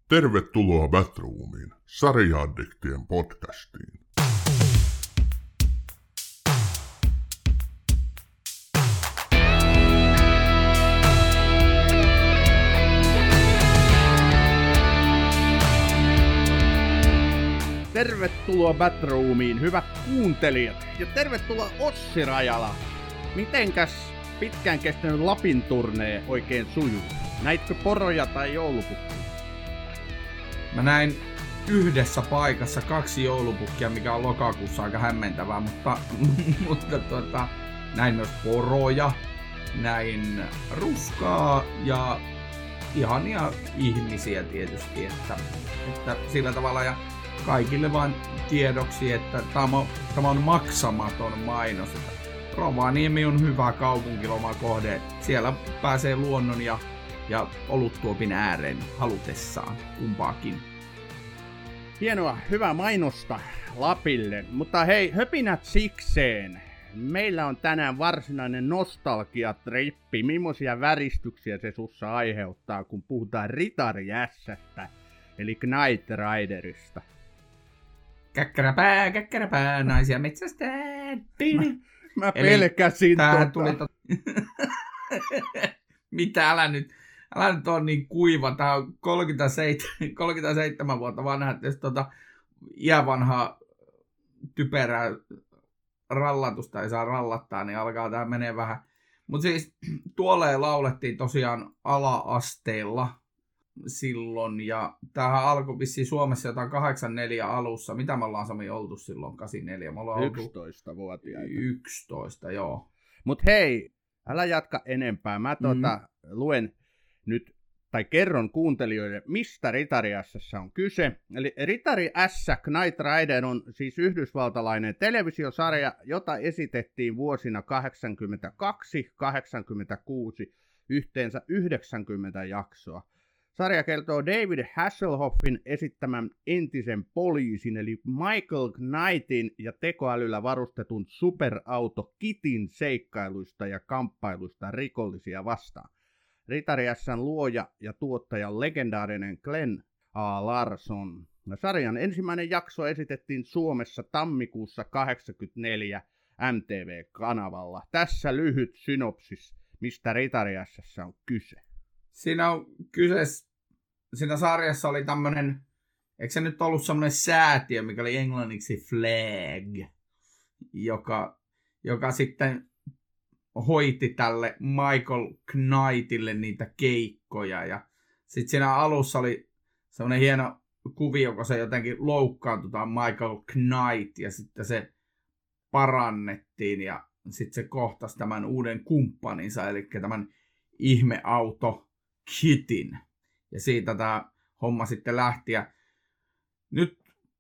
Tervetuloa Batroomiin, sarja-addiktien podcastiin. Tervetuloa Batroomiin, hyvät kuuntelijat, ja tervetuloa Ossi Rajala. Mitenkäs pitkään kestänyt Lapin turnee oikein sujuu? Näitkö poroja tai joulupukkia? Mä näin yhdessä paikassa 2 joulupukkia, mikä on lokakuussa aika hämmentävää, mutta näin myös poroja, näin ruskaa ja ihania ihmisiä tietysti, että sillä tavalla ja kaikille vaan tiedoksi, että tämä on maksamaton mainos. Rovaniemi on hyvä kaupunkilomakohde. Siellä pääsee luonnon ja oluttuopin ääreen halutessaan kumpaakin. Hienoa, hyvä mainosta Lapille, mutta hei, höpinät sikseen. Meillä on tänään varsinainen nostalgiatrippi. Millaisia väristyksiä se sussa aiheuttaa, kun puhutaan Ritari S:stä, eli Knight Riderista? Käkkäräpää, naisia metsästää. Mä pelkäsin Mitä, älä nyt on niin kuiva. Tää on 37 vuotta vanha, että jos iävanhaa typerää rallatusta ei saa rallattaa, niin alkaa tää menee vähän. Mut siis tuolleen laulettiin tosiaan ala-asteella silloin, ja tämähän alkoi vissiin Suomessa jotain 84 alussa. Mitä me ollaan, Sami, oltu silloin 84? Me ollaan 11-vuotiaita. 11, joo. Mut hei, älä jatka enempää. Mä luen nyt, tai kerron kuuntelijoille, mistä Ritari S:ssä on kyse. Eli Ritari S Knight Rider on siis yhdysvaltalainen televisiosarja, jota esitettiin vuosina 82-86, yhteensä 90 jaksoa. Sarja kertoo David Hasselhoffin esittämän entisen poliisin, eli Michael Knightin ja tekoälyllä varustetun superauto Kitin seikkailuista ja kamppailuista rikollisia vastaan. Ritari S:n luoja ja tuottaja legendaarinen Glenn A. Larson. Sarjan ensimmäinen jakso esitettiin Suomessa tammikuussa 1984 MTV-kanavalla. Tässä lyhyt synopsis, mistä Ritari S:ssä on kyse. Siinä sarjassa oli tämmönen, eikö se nyt ollut semmoinen säätiö, mikä oli englanniksi Flag, joka sitten hoiti tälle Michael Knightille niitä keikkoja. Ja sitten siinä alussa oli semmoinen hieno kuvio, kun se jotenkin loukkaantui Michael Knight, ja sitten se parannettiin, ja sitten se kohtasi tämän uuden kumppaninsa, eli tämän ihmeauto Kitin. Ja siitä tämä homma sitten lähti. Ja nyt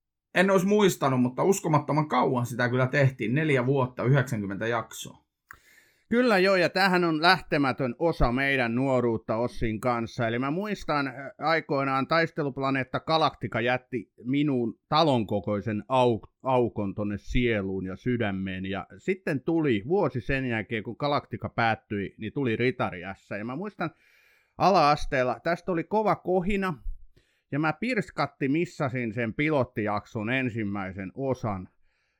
en olisi muistanut, mutta uskomattoman kauan sitä kyllä tehtiin. 4 vuotta, 90 jaksoa. Kyllä joo, ja tämähän on lähtemätön osa meidän nuoruutta Ossin kanssa. Eli mä muistan aikoinaan Taisteluplaneetta Galactica jätti minun talon kokoisen aukon tonne sieluun ja sydämeen. Ja sitten tuli vuosi sen jälkeen, kun Galactica päättyi, niin tuli Ritari S. Ja mä muistan ala-asteella, tästä oli kova kohina, ja mä pirskatti missasin sen pilottijakson ensimmäisen osan.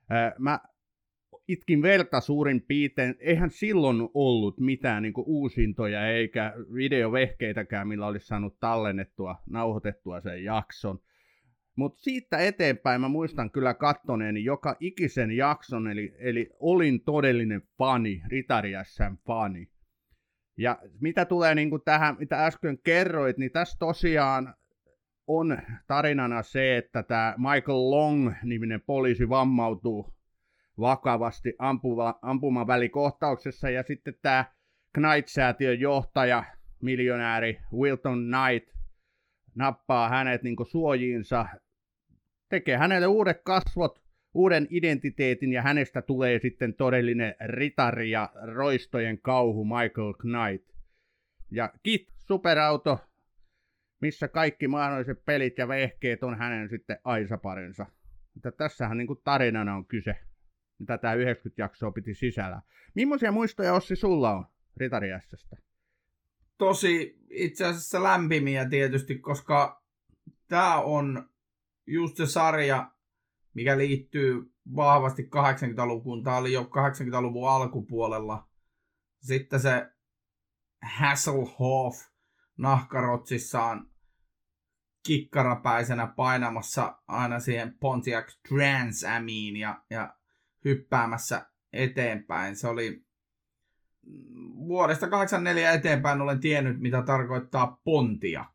Mä itkin verta suurin piirtein, eihän silloin ollut mitään niin kuin uusintoja eikä videovehkeitäkään, millä olisi saanut tallennettua, nauhoitettua sen jakson. Mutta siitä eteenpäin mä muistan kyllä kattoneeni joka ikisen jakson, eli olin todellinen fani, Ritari S:n fani. Ja mitä tulee niin kuin tähän, mitä äsken kerroit, niin tässä tosiaan on tarinana se, että tämä Michael Long-niminen poliisi vammautuu vakavasti ampumavälikohtauksessa, ja sitten tämä Knight-säätiön johtaja, miljonääri Wilton Knight, nappaa hänet niin kuin suojiinsa, tekee hänelle uudet kasvot, uuden identiteetin, ja hänestä tulee sitten todellinen ritari ja roistojen kauhu Michael Knight. Ja Kit, superauto, missä kaikki mahdolliset pelit ja vehkeet on hänen sitten aisaparensa. Mutta tässähän niin kuin tarinana on kyse, mitä tämä 90 jaksoa piti sisällä. Millaisia muistoja, Ossi, sulla on Ritari S:stä? Tosi itse asiassa lämpimiä tietysti, koska Tämä on just se sarja, mikä liittyy vahvasti 80-lukuun. Tämä oli jo 80-luvun alkupuolella. Sitten se Hasselhoff nahkarotsissaan kikkarapäisenä painamassa aina siihen Pontiac Trans Amiin ja hyppäämässä eteenpäin. Se oli vuodesta 84 eteenpäin olen tiennyt, mitä tarkoittaa Pontiac.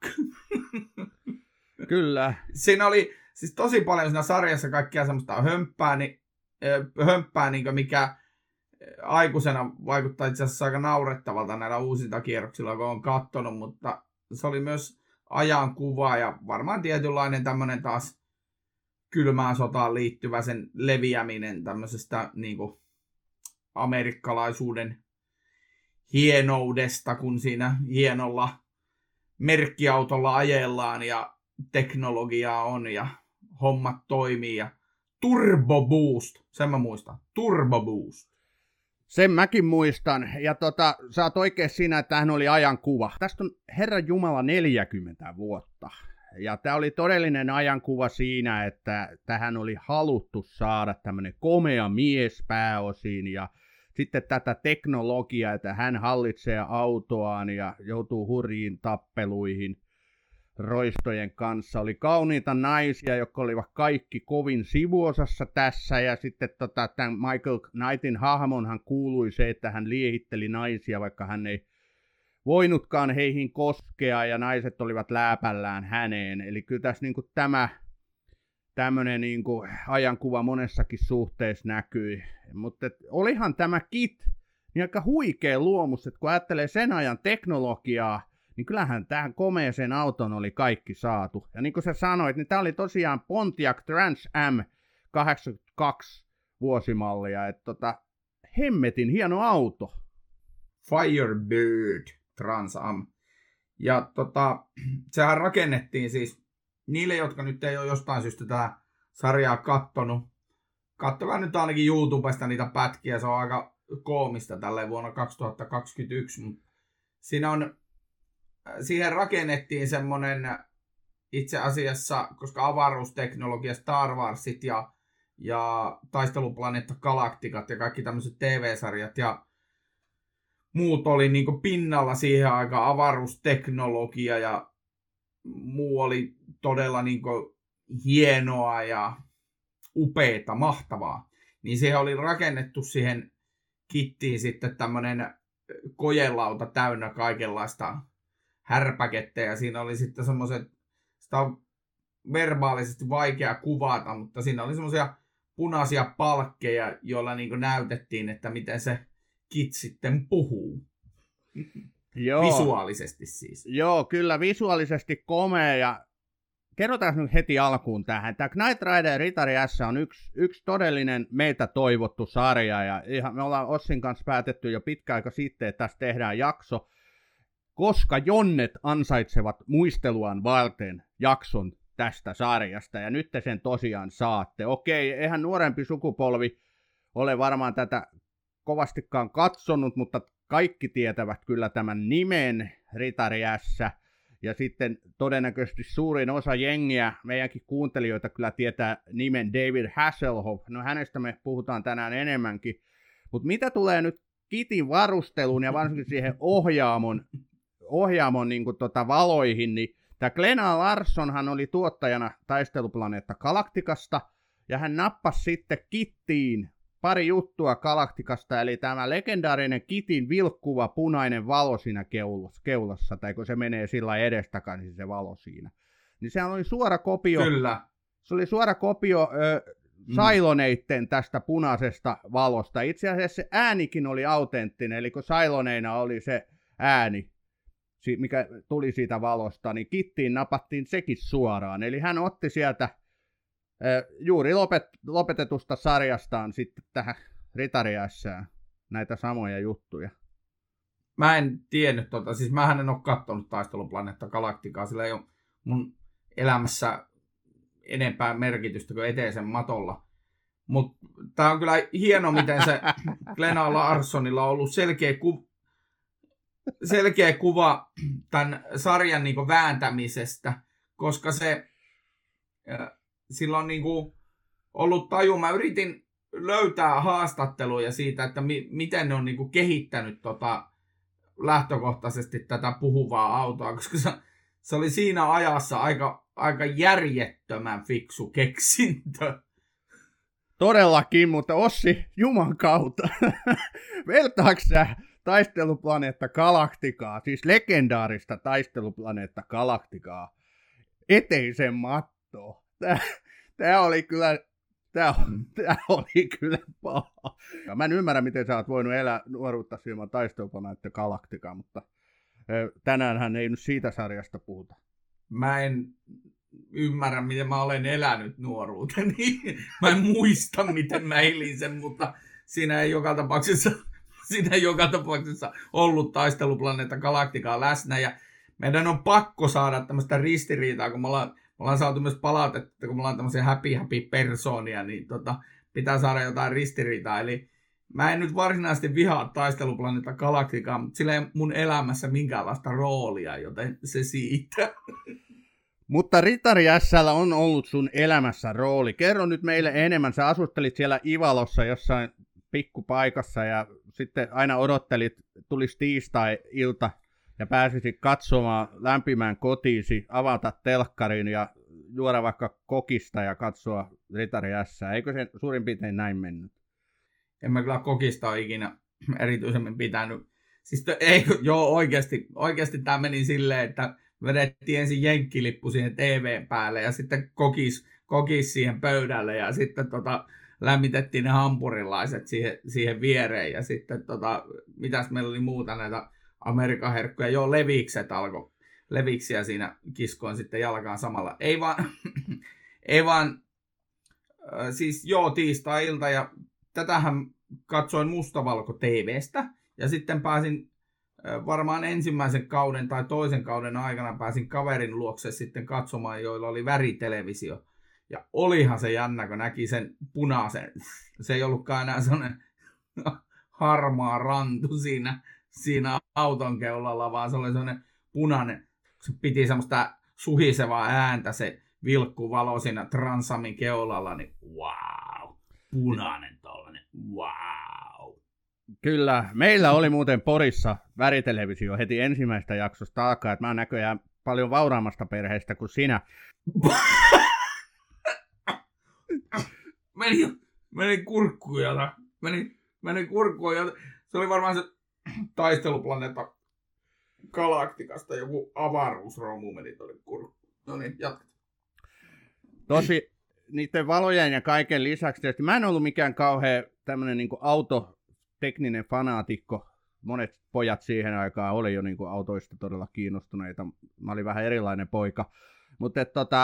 Kyllä. Siinä oli siis tosi paljon siinä sarjassa kaikkia semmoista hömppää niin mikä aikuisena vaikuttaa itse asiassa aika naurettavalta näillä uusintakierroksilla, kun on katsonut, mutta se oli myös ajankuva ja varmaan tietynlainen tämmöinen taas kylmään sotaan liittyvä sen leviäminen tämmöisestä niin kuin amerikkalaisuuden hienoudesta, kun siinä hienolla merkkiautolla ajellaan ja teknologiaa on ja hommat toimii ja Turbo Boost, sen mä muistan, Turbo Boost. Sen mäkin muistan, ja sä oot oikein siinä, että tämähän oli ajankuva. Tästä on Herran Jumala 40 vuotta, ja tämä oli todellinen ajankuva siinä, että tähän oli haluttu saada tämmöinen komea mies pääosin, ja sitten tätä teknologiaa, että hän hallitsee autoaan ja joutuu hurjiin tappeluihin roistojen kanssa. Oli kauniita naisia, jotka olivat kaikki kovin sivuosassa tässä, ja sitten tämän Michael Knightin hahmonhan kuului se, että hän liehitteli naisia, vaikka hän ei voinutkaan heihin koskea, ja naiset olivat lääpällään häneen. Eli kyllä tässä niin kuin tämmöinen niin kuin ajankuva monessakin suhteessa näkyi. Mutta olihan tämä KITT niin aika huikea luomus, että kun ajattelee sen ajan teknologiaa, niin kyllähän tähän komeeseen auton oli kaikki saatu. Ja niin kuin sä sanoit, niin tämä oli tosiaan Pontiac Trans Am 82 vuosimallia. Että hemmetin hieno auto. Firebird Trans Am. Ja sehän rakennettiin siis niille, jotka nyt ei ole jostain syystä tätä sarjaa kattonut. Kattokaa nyt ainakin YouTubesta niitä pätkiä, se on aika koomista tälleen vuonna 2021. Mutta siihen rakennettiin semmonen itse asiassa, koska avaruusteknologia, Star Warsit ja Taisteluplaneetta Galaktikat ja kaikki tämmöiset TV-sarjat ja muut oli niinku pinnalla siihen aikaan, avaruusteknologia ja muu oli todella niinku hienoa ja upeeta, mahtavaa. Niin siihen oli rakennettu siihen kittiin sitten tämmönen kojelauta täynnä kaikenlaista härpäkettä ja siinä oli sitten semmoiset, sitä on verbaalisesti vaikea kuvata, mutta siinä oli semmoisia punaisia palkkeja, joilla niin näytettiin, että miten se KITT sitten puhuu. Joo. Visuaalisesti siis. Joo, kyllä visuaalisesti komea ja kerrotaan nyt heti alkuun tähän. Tämä Knight Rider Ritari S on yksi todellinen meitä toivottu sarja ja ihan me ollaan Ossin kanssa päätetty jo pitkä aika sitten, että tässä tehdään jakso, koska jonnet ansaitsevat muisteluaan varten jakson tästä sarjasta, ja nyt te sen tosiaan saatte. Okei, eihän nuorempi sukupolvi ole varmaan tätä kovastikaan katsonut, mutta kaikki tietävät kyllä tämän nimen Ritari S, ja sitten todennäköisesti suurin osa jengiä, meidänkin kuuntelijoita kyllä tietää nimen David Hasselhoff. No hänestä me puhutaan tänään enemmänkin, mutta mitä tulee nyt KITin varusteluun ja varsinkin siihen ohjaamon niin kuin valoihin, niin tämä Glenn A. Larsonhan oli tuottajana Taisteluplaneetta Galaktikasta, ja hän nappasi sitten KITtiin pari juttua Galaktikasta, eli tämä legendaarinen KITin vilkkuva punainen valo siinä keulassa, tai kun se menee sillä edestakaisin se valo siinä. Niin sehän oli suora kopio. Kyllä. Se oli suora kopio Cyloneitten tästä punaisesta valosta. Itse asiassa se äänikin oli autenttinen, eli kun Cyloneina oli se ääni, mikä tuli siitä valosta, niin KITtiin napattiin sekin suoraan. Eli hän otti sieltä juuri lopetetusta sarjastaan sitten tähän Ritari S:ään näitä samoja juttuja. Mä en tiennyt siis mähän en ole katsonut Taisteluplaneetta Galaktikaa, sillä ei ole mun elämässä enempää merkitystä kuin eteisen matolla. Mutta tää on kyllä hieno, miten se Glenn A. Larsonilla on ollut selkeä kuva tämän sarjan niinku vääntämisestä, koska se sillä on niinku ollut taju. Mä yritin löytää haastatteluja siitä, että miten ne on niinku kehittänyt lähtökohtaisesti tätä puhuvaa autoa, koska se oli siinä ajassa aika järjettömän fiksu keksintö. Todellakin, mutta Ossi, juman kautta, vertaatko sä taisteluplaneetta Galacticaa, siis legendaarista taisteluplaneetta Galacticaa, eteisen mattoon? Tää oli kyllä paha. Mä en ymmärrä, miten sä oot voinut elää nuoruutta ilman taisteluplaneetta Galacticaa, mutta tänäänhän ei nyt siitä sarjasta puhuta. Mä en ymmärrä, miten mä olen elänyt nuoruuteni. Mä en muista, miten mä elin sen, mutta siinä ei joka tapauksessa ollut taisteluplaneetta Galacticaa läsnä. Ja meidän on pakko saada tämmöistä ristiriitaa, kun me ollaan saatu myös palautetta, kun me ollaan tämmöisiä happy persoonia, niin pitää saada jotain ristiriitaa. Eli mä en nyt varsinaisesti vihaa taisteluplaneetta Galacticaa, mutta sillä ei mun elämässä minkäänlaista roolia, joten se siitä. Mutta Ritari S:llä on ollut sun elämässä rooli. Kerro nyt meille enemmän. Sä asustelit siellä Ivalossa jossain pikkupaikassa ja sitten aina odottelit, tulisi tiistai-ilta ja pääsisit katsomaan lämpimään kotiisi, avata telkkarin ja juoda vaikka kokista ja katsoa Ritari S:ää. Eikö se suurin piirtein näin mennyt? En mä kyllä kokista ole ikinä erityisemmin pitänyt. Siis oikeasti tämä meni silleen, että vedettiin ensin jenkkilippu siihen TV:n päälle ja sitten kokis siihen pöydälle ja sitten lämmitettiin ne hampurilaiset siihen viereen ja sitten mitäs meillä oli muuta näitä Amerikan herkkuja. Joo, leviksiä siinä kiskoin sitten jalkaan samalla. Ei vaan siis joo, tiistai-ilta ja tätähän katsoin mustavalko TV:stä ja sitten pääsin varmaan ensimmäisen kauden tai toisen kauden aikana pääsin kaverin luokse sitten katsomaan, joilla oli väritelevisio. Ja olihan se jännä, kun näki sen punaisen. Se ei ollutkaan enää sellainen harmaa rantu siinä auton keulalla, vaan se oli sellainen punainen. Se piti semmoista suhisevaa ääntä, se vilkkuvalo siinä Transamin keulalla, niin wow, punainen tollainen, wow. Kyllä, meillä oli muuten Porissa väritelevisio heti ensimmäistä jaksosta alkaa, että mä oon näköjään paljon vauraammasta perheestä kuin sinä. Meni kurkkuun ja se oli varmaan se taisteluplaneetta Galacticasta joku avaruusromu meni tuonne kurkkuun. No niin, jatkat. Tosi niiden valojen ja kaiken lisäksi tietysti mä en ollut mikään kauhean tämmönen niinku autotekninen fanaatikko. Monet pojat siihen aikaan oli jo niinku autoista todella kiinnostuneita. Mä olin vähän erilainen poika. Mutta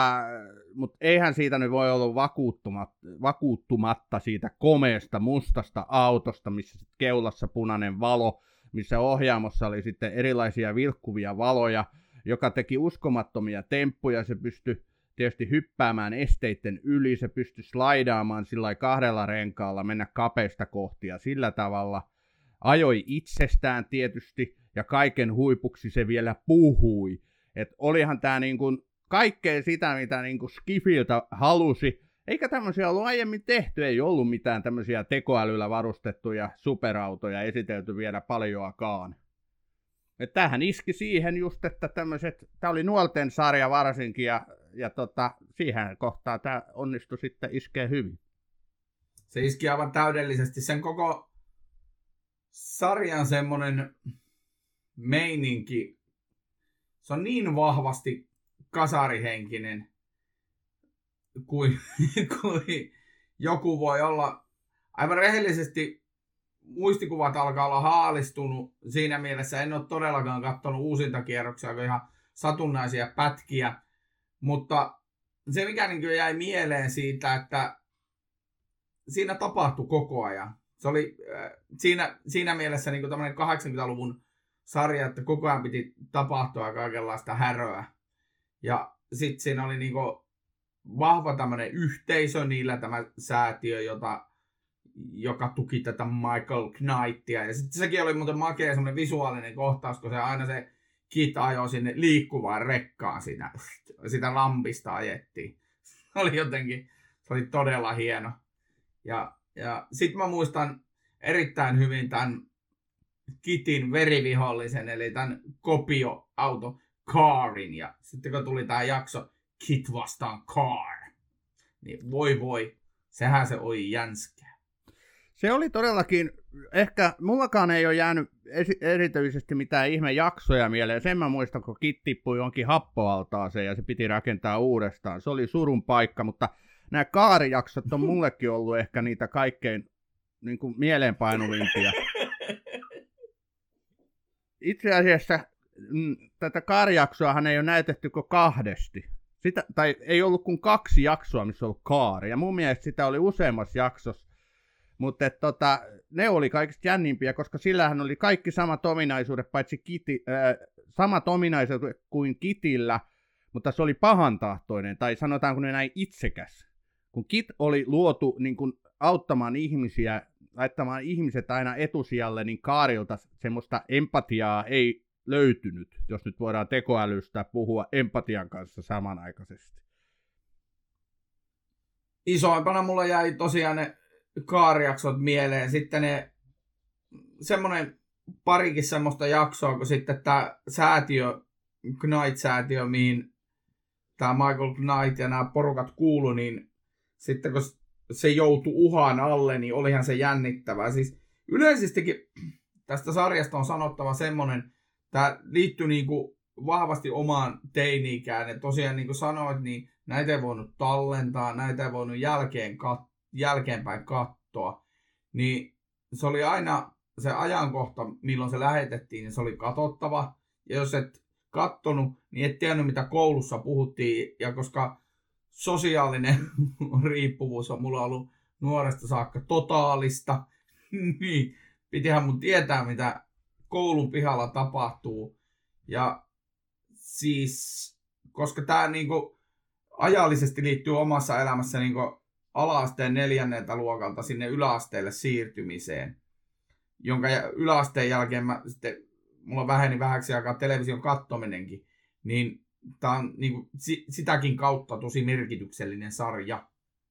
eihän siitä nyt voi olla vakuuttumatta siitä komeasta mustasta autosta, missä sit keulassa punainen valo, missä ohjaamossa oli sitten erilaisia vilkkuvia valoja, joka teki uskomattomia temppuja. Se pystyi tietysti hyppäämään esteitten yli, se pystyi slaidaamaan sillä kahdella renkaalla, mennä kapeista kohti ja sillä tavalla ajoi itsestään tietysti ja kaiken huipuksi se vielä puhui. Et olihan tää niin kuin kaikkea sitä, mitä niin kuin Skifiltä halusi, eikä tämmöisiä ollut aiemmin tehty, ei ollut mitään tämmöisiä tekoälyllä varustettuja superautoja esitelty vielä paljoakaan. Et tämähän iski siihen just, että tää oli nuorten sarja varsinkin, ja siihen kohtaan tämä onnistui sitten iskee hyvin. Se iski aivan täydellisesti. Sen koko sarjan semmonen meininki, se on niin vahvasti kasarihenkinen kuin joku voi olla. Aivan rehellisesti muistikuvat alkaa olla haalistunut. Siinä mielessä en ole todellakaan katsonut uusintakierroksia, kun ihan satunnaisia pätkiä. Mutta se mikä niin jäi mieleen siitä, että siinä tapahtui koko ajan. Se oli siinä mielessä niin tämmöinen 80-luvun sarja, että koko ajan piti tapahtua kaikenlaista häröä. Ja sitten siinä oli niinku vahva tämmöinen yhteisö, niillä tämä säätiö, joka tuki tätä Michael Knightia. Ja sitten sekin oli muuten makea semmoinen visuaalinen kohtaus, kun se aina se Kit ajoi sinne liikkuvaan rekkaan sitä lampista ajettiin. oli jotenkin, se oli todella hieno. Ja sit mä muistan erittäin hyvin tämän Kitin verivihollisen, eli tämän kopioauto Carin. Ja sitten kun tuli tää jakso Kit vastaan Car, niin voi, sehän se oli jänskää. Se oli todellakin, ehkä mullakaan ei ole jäänyt erityisesti mitään ihme jaksoja mieleen. Sen mä muistan, kun Kit tippui jonkin happoaltaaseen ja se piti rakentaa uudestaan. Se oli surun paikka, mutta nämä Kaarijaksot on mullekin ollut ehkä niitä kaikkein niin kuin mieleenpainuvimpia. Itse asiassa tätä Kaarijaksoahan ei ole näytetty kuin kahdesti. Tai ei ollut kuin 2 jaksoa, missä on ollut Kaari. Ja mun mielestä sitä oli useammassa jaksossa. Mutta ne oli kaikista jännimpiä, koska sillähän oli kaikki samat ominaisuudet, paitsi samat ominaisuudet kuin Kitillä, mutta se oli pahantahtoinen, tai sanotaanko ne näin itsekäs. Kun Kit oli luotu niin kun auttamaan ihmisiä, laittamaan ihmiset aina etusijalle, niin Kaarilta semmoista empatiaa ei löytynyt, jos nyt voidaan tekoälystä puhua empatian kanssa samanaikaisesti. Isoimpana mulla jäi tosiaan ne Kaarijaksot mieleen. Sitten semmonen parikin semmoista jaksoa, kun sitten tämä säätiö, Knight-säätiö, mihin tämä Michael Knight ja nämä porukat kuulu, niin sitten kun se joutui uhan alle, niin olihan se jännittävää. Siis yleisestikin tästä sarjasta on sanottava semmonen, tämä liittyy niinku vahvasti omaan teini-ikään. Ja tosiaan niin kuin sanoit, niin näitä ei voinut tallentaa, näitä ei voinut jälkeenpäin katsoa. Niin se oli aina se ajankohta, milloin se lähetettiin, niin se oli katsottava. Ja jos et kattonut, niin et tiennyt, mitä koulussa puhuttiin. Ja koska sosiaalinen riippuvuus on mulla ollut nuoresta saakka totaalista, niin pitihän mun tietää, mitä koulun pihalla tapahtuu. Ja siis, koska tämä niinku ajallisesti liittyy omassa elämässä niinku ala-asteen 4. luokalta sinne yläasteelle siirtymiseen, jonka yläasteen jälkeen mulla väheni vähäksi aikaa television katsominenkin, niin tämä on niinku sitäkin kautta tosi merkityksellinen sarja.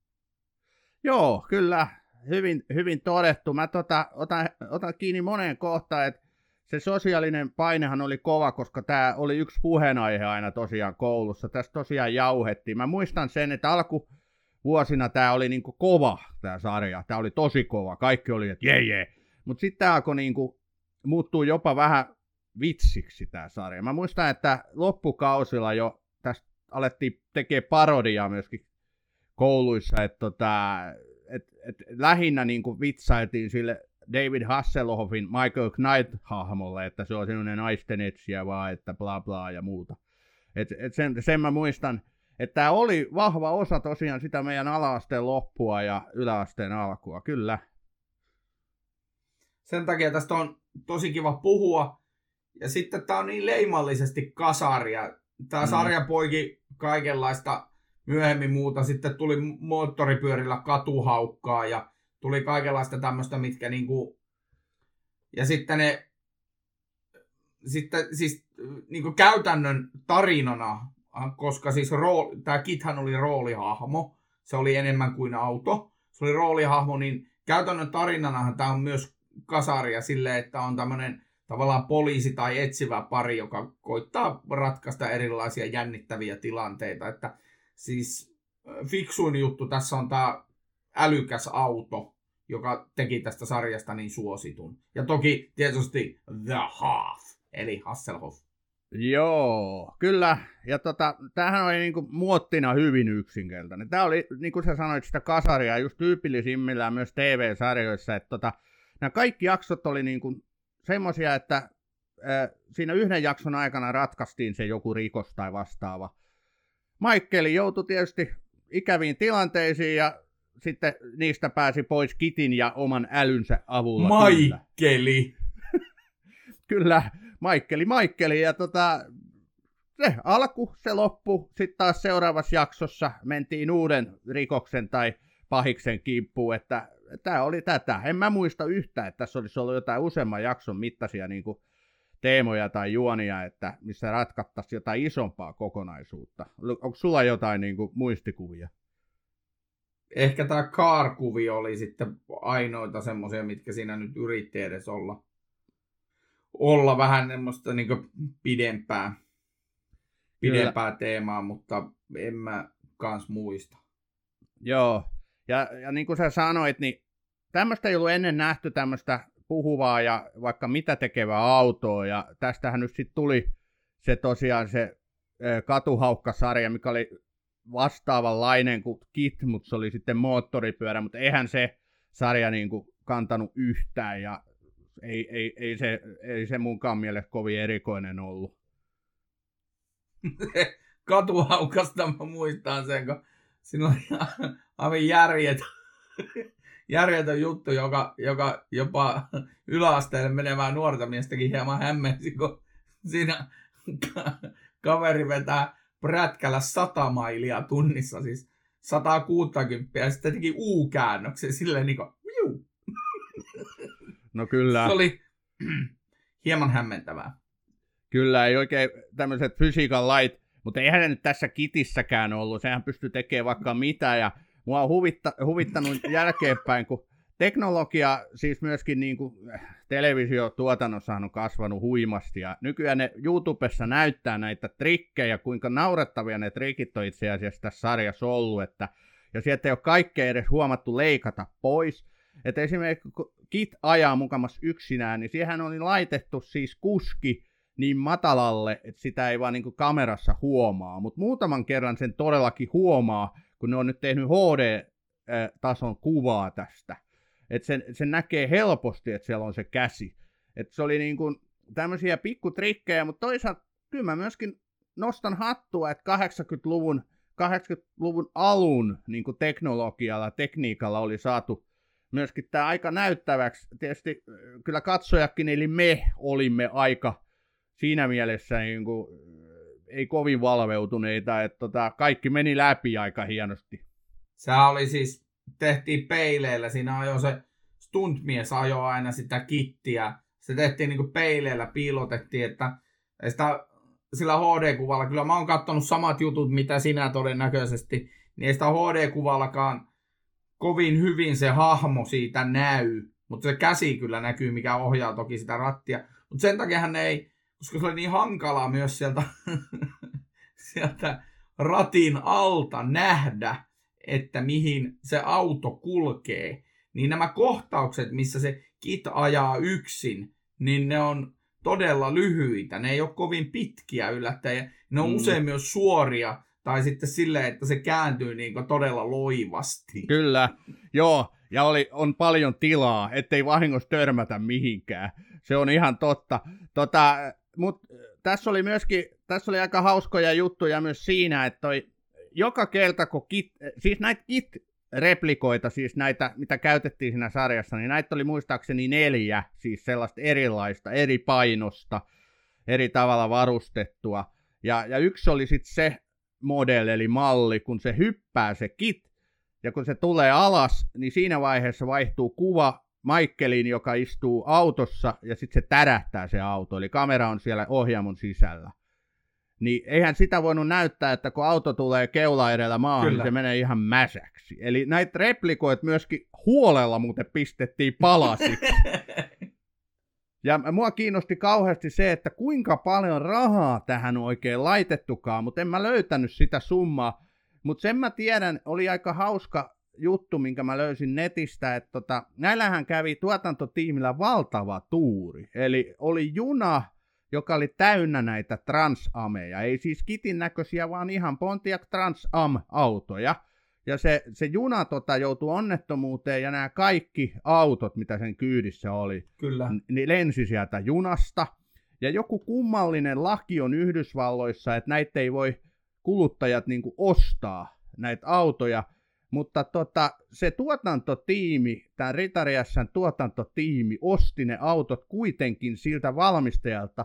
Joo, kyllä. Hyvin todettu. Mä otan kiinni moneen kohtaan, että se sosiaalinen painehan oli kova, koska tämä oli yksi puheenaihe aina tosiaan koulussa. Tässä tosiaan jauhettiin. Mä muistan sen, että alkuvuosina tämä oli niinku kova, tämä sarja. Tämä oli tosi kova. Kaikki oli, että jee. Mutta sitten tämä alkoi niinku muuttua jopa vähän vitsiksi tämä sarja. Mä muistan, että loppukausilla jo tästä alettiin tekemään parodiaa myöskin kouluissa, että lähinnä niinku vitsailtiin sille David Hasselhoffin Michael Knight-hahmolle, että se on sellainen naisten etsijä vaan, että bla bla ja muuta. Sen mä muistan, että tämä oli vahva osa tosiaan sitä meidän ala-asteen loppua ja yläasteen alkua, kyllä. Sen takia tästä on tosi kiva puhua. Ja sitten tämä on niin leimallisesti kasaria. Tämä sarja poiki kaikenlaista myöhemmin muuta. Sitten tuli moottoripyörillä katuhaukkaa ja tuli kaikenlaista tämmöistä, mitkä niinku... Ja sitten siis niinku käytännön tarinana, koska siis tämä Kithän oli roolihahmo, se oli enemmän kuin auto, se oli roolihahmo, niin käytännön tarinanahan tämä on myös kasaria silleen, että on tämmöinen tavallaan poliisi tai etsivä pari, joka koittaa ratkaista erilaisia jännittäviä tilanteita, että siis fiksuin juttu tässä on tämä älykäs auto, joka teki tästä sarjasta niin suositun. Ja toki tietysti The Half, eli Hasselhoff. Joo, kyllä. Ja tämähän oli niinku muottina hyvin yksinkertainen. Tämä oli, niin kuin sä sanoit, sitä kasaria just tyypillisimmillään myös TV-sarjoissa, että nämä kaikki jaksot oli niinku semmoisia, että siinä yhden jakson aikana ratkaistiin se joku rikos tai vastaava. Michael joutui tietysti ikäviin tilanteisiin ja sitten niistä pääsi pois Kitin ja oman älynsä avulla. Michaeli! Kyllä, Michaeli. Ja se alku, se loppu. Sitten taas seuraavassa jaksossa mentiin uuden rikoksen tai pahiksen kimppuun, että tämä oli tätä. En mä muista yhtään, että tässä olisi ollut jotain useamman jakson mittaisia niin kuin teemoja tai juonia, että missä ratkattaisiin jotain isompaa kokonaisuutta. Onko sulla jotain niin kuin muistikuvia? ehkä tämä Car-kuvio oli sitten ainoita semmoisia, mitkä siinä nyt yritti edes olla vähän semmoista niin pidempää teemaa, mutta en mä kans muista. Joo, ja niin kuin sä sanoit, niin tämmöistä ei ollut ennen nähty tämmöistä puhuvaa ja vaikka mitä tekevää autoa, ja tästähän nyt sitten tuli se tosiaan se katuhaukkasarja, mikä oli vastaavanlainen kuin KIT, mutta se oli sitten moottoripyörä, mutta eihän se sarja niin kuin kantanut yhtään, ja ei se munkaan mielestä kovin erikoinen ollut. Katuhaukasta mä muistan sen, kun siinä oli aivan järjetön juttu, joka jopa yläasteelle menevää nuorta miestäkin hieman hämmensi, kun siinä kaveri vetää prätkällä 100 mailia tunnissa, siis 160, ja sitten teki U-käännöksen silleen niin kuin viu. No kyllä. Se oli hieman hämmentävää. Kyllä, ei oikein tämmöiset physical light, mutta eihän se nyt tässä kitissäkään ollut. Sehän pystyy tekemään vaikka mitä, ja mua on huvittanut jälkeenpäin, kun teknologia, siis myöskin niin kuin televisiotuotannossahan on kasvanut huimasti, ja nykyään ne YouTubessa näyttää näitä trikkejä, kuinka naurettavia ne trikit on itse asiassa tässä sarjassa ollut, ja sieltä ei ole kaikkea edes huomattu leikata pois. Että esimerkiksi kun KIT ajaa mukamas yksinään, niin siihen oli laitettu siis kuski niin matalalle, että sitä ei vaan niin kuin kamerassa huomaa, mutta muutaman kerran sen todellakin huomaa, kun ne on nyt tehnyt HD-tason kuvaa tästä. Että sen näkee helposti, että siellä on se käsi. Että se oli niin kuin tämmöisiä pikkutrikkejä, mutta toisaalta kyllä mä myöskin nostan hattua, että 80-luvun alun niin kuin teknologialla, tekniikalla oli saatu myöskin tämä aika näyttäväksi. Tietysti kyllä katsojakin, eli me olimme aika siinä mielessä niin kuin, ei kovin valveutuneita, että kaikki meni läpi aika hienosti. Se oli siis, tehtiin peileillä, siinä ajoi se stuntmies ajoi aina sitä kittiä, se tehtiin niin kuin peileillä, piilotettiin, että sitä, sillä HD-kuvalla, kyllä mä oon katsonut samat jutut, mitä sinä todennäköisesti, niin ei sitä HD-kuvallakaan kovin hyvin se hahmo siitä näy, mutta se käsi kyllä näkyy, mikä ohjaa toki sitä rattia, mutta sen takia hän ei, koska se oli niin hankalaa myös sieltä ratin alta nähdä, että mihin se auto kulkee, niin nämä kohtaukset, missä se KIT ajaa yksin, niin ne on todella lyhyitä. Ne ei ole kovin pitkiä yllättäen. Ne on usein myös suoria, tai sitten silleen, että se kääntyy niin kuin todella loivasti. Kyllä, joo, ja on paljon tilaa, ettei vahingossa törmätä mihinkään. Se on ihan totta. Mutta tässä oli aika hauskoja juttuja myös siinä, että joka kerta, kun siis näitä KIT-replikoita, siis näitä, mitä käytettiin siinä sarjassa, niin näitä oli muistaakseni 4, siis sellaista erilaista, eri painosta, eri tavalla varustettua. Ja yksi oli sitten se model, eli malli, kun se hyppää se KIT, ja kun se tulee alas, niin siinä vaiheessa vaihtuu kuva Michaelin, joka istuu autossa, ja sitten se tärähtää se auto, eli kamera on siellä ohjaamon sisällä. Niin eihän sitä voinut näyttää, että kun auto tulee keula edellä maahan, Kyllä. niin se menee ihan mäsäksi. Eli näitä replikoita myöskin huolella muuten pistettiin palasiksi. Ja mua kiinnosti kauheasti se, että kuinka paljon rahaa tähän on oikein laitettukaan, mutta en mä löytänyt sitä summaa. Mutta sen mä tiedän, oli aika hauska juttu, minkä mä löysin netistä, että näillähän kävi tuotantotiimillä valtava tuuri. Eli oli juna, joka oli täynnä näitä Trans-Ameja. Ei siis KITin näköisiä, vaan ihan Pontiac Trans-Am-autoja. Ja se juna joutui onnettomuuteen, ja nämä kaikki autot, mitä sen kyydissä oli, niin lensi sieltä junasta. Ja joku kummallinen laki on Yhdysvalloissa, että näitä ei voi kuluttajat niinku ostaa, näitä autoja. Mutta se tuotantotiimi, tämä Ritariassan tuotantotiimi, osti ne autot kuitenkin siltä valmistajalta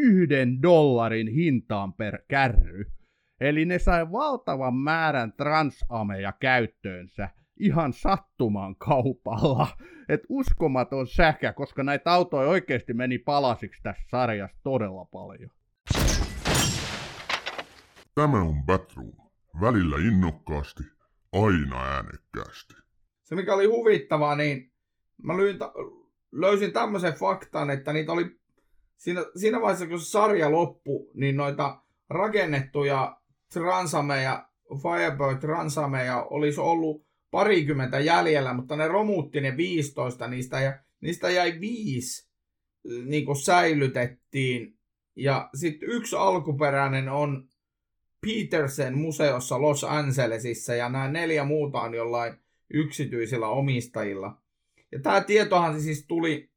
$1 hintaan per kärry. Eli ne sai valtavan määrän Trans-Ameja käyttöönsä ihan sattuman kaupalla. Et uskomaton sähkä, koska näitä autoja oikeasti meni palasiksi tässä sarjassa todella paljon. Tämä on Batroom. Välillä innokkaasti, aina äänekkäästi. Se mikä oli huvittavaa, niin mä löysin tämmöisen faktan, että niitä oli siinä vaiheessa, kun se sarja loppui, niin noita rakennettuja transameja, Firebird-transameja olisi ollut 20 jäljellä, mutta ne romutti ne 15 niistä ja niistä jäi 5 niin kuin säilytettiin. Ja sitten yksi alkuperäinen on Petersen museossa Los Angelesissa ja nämä 4 muuta on jollain yksityisillä omistajilla. Ja tämä tietohan siis tuli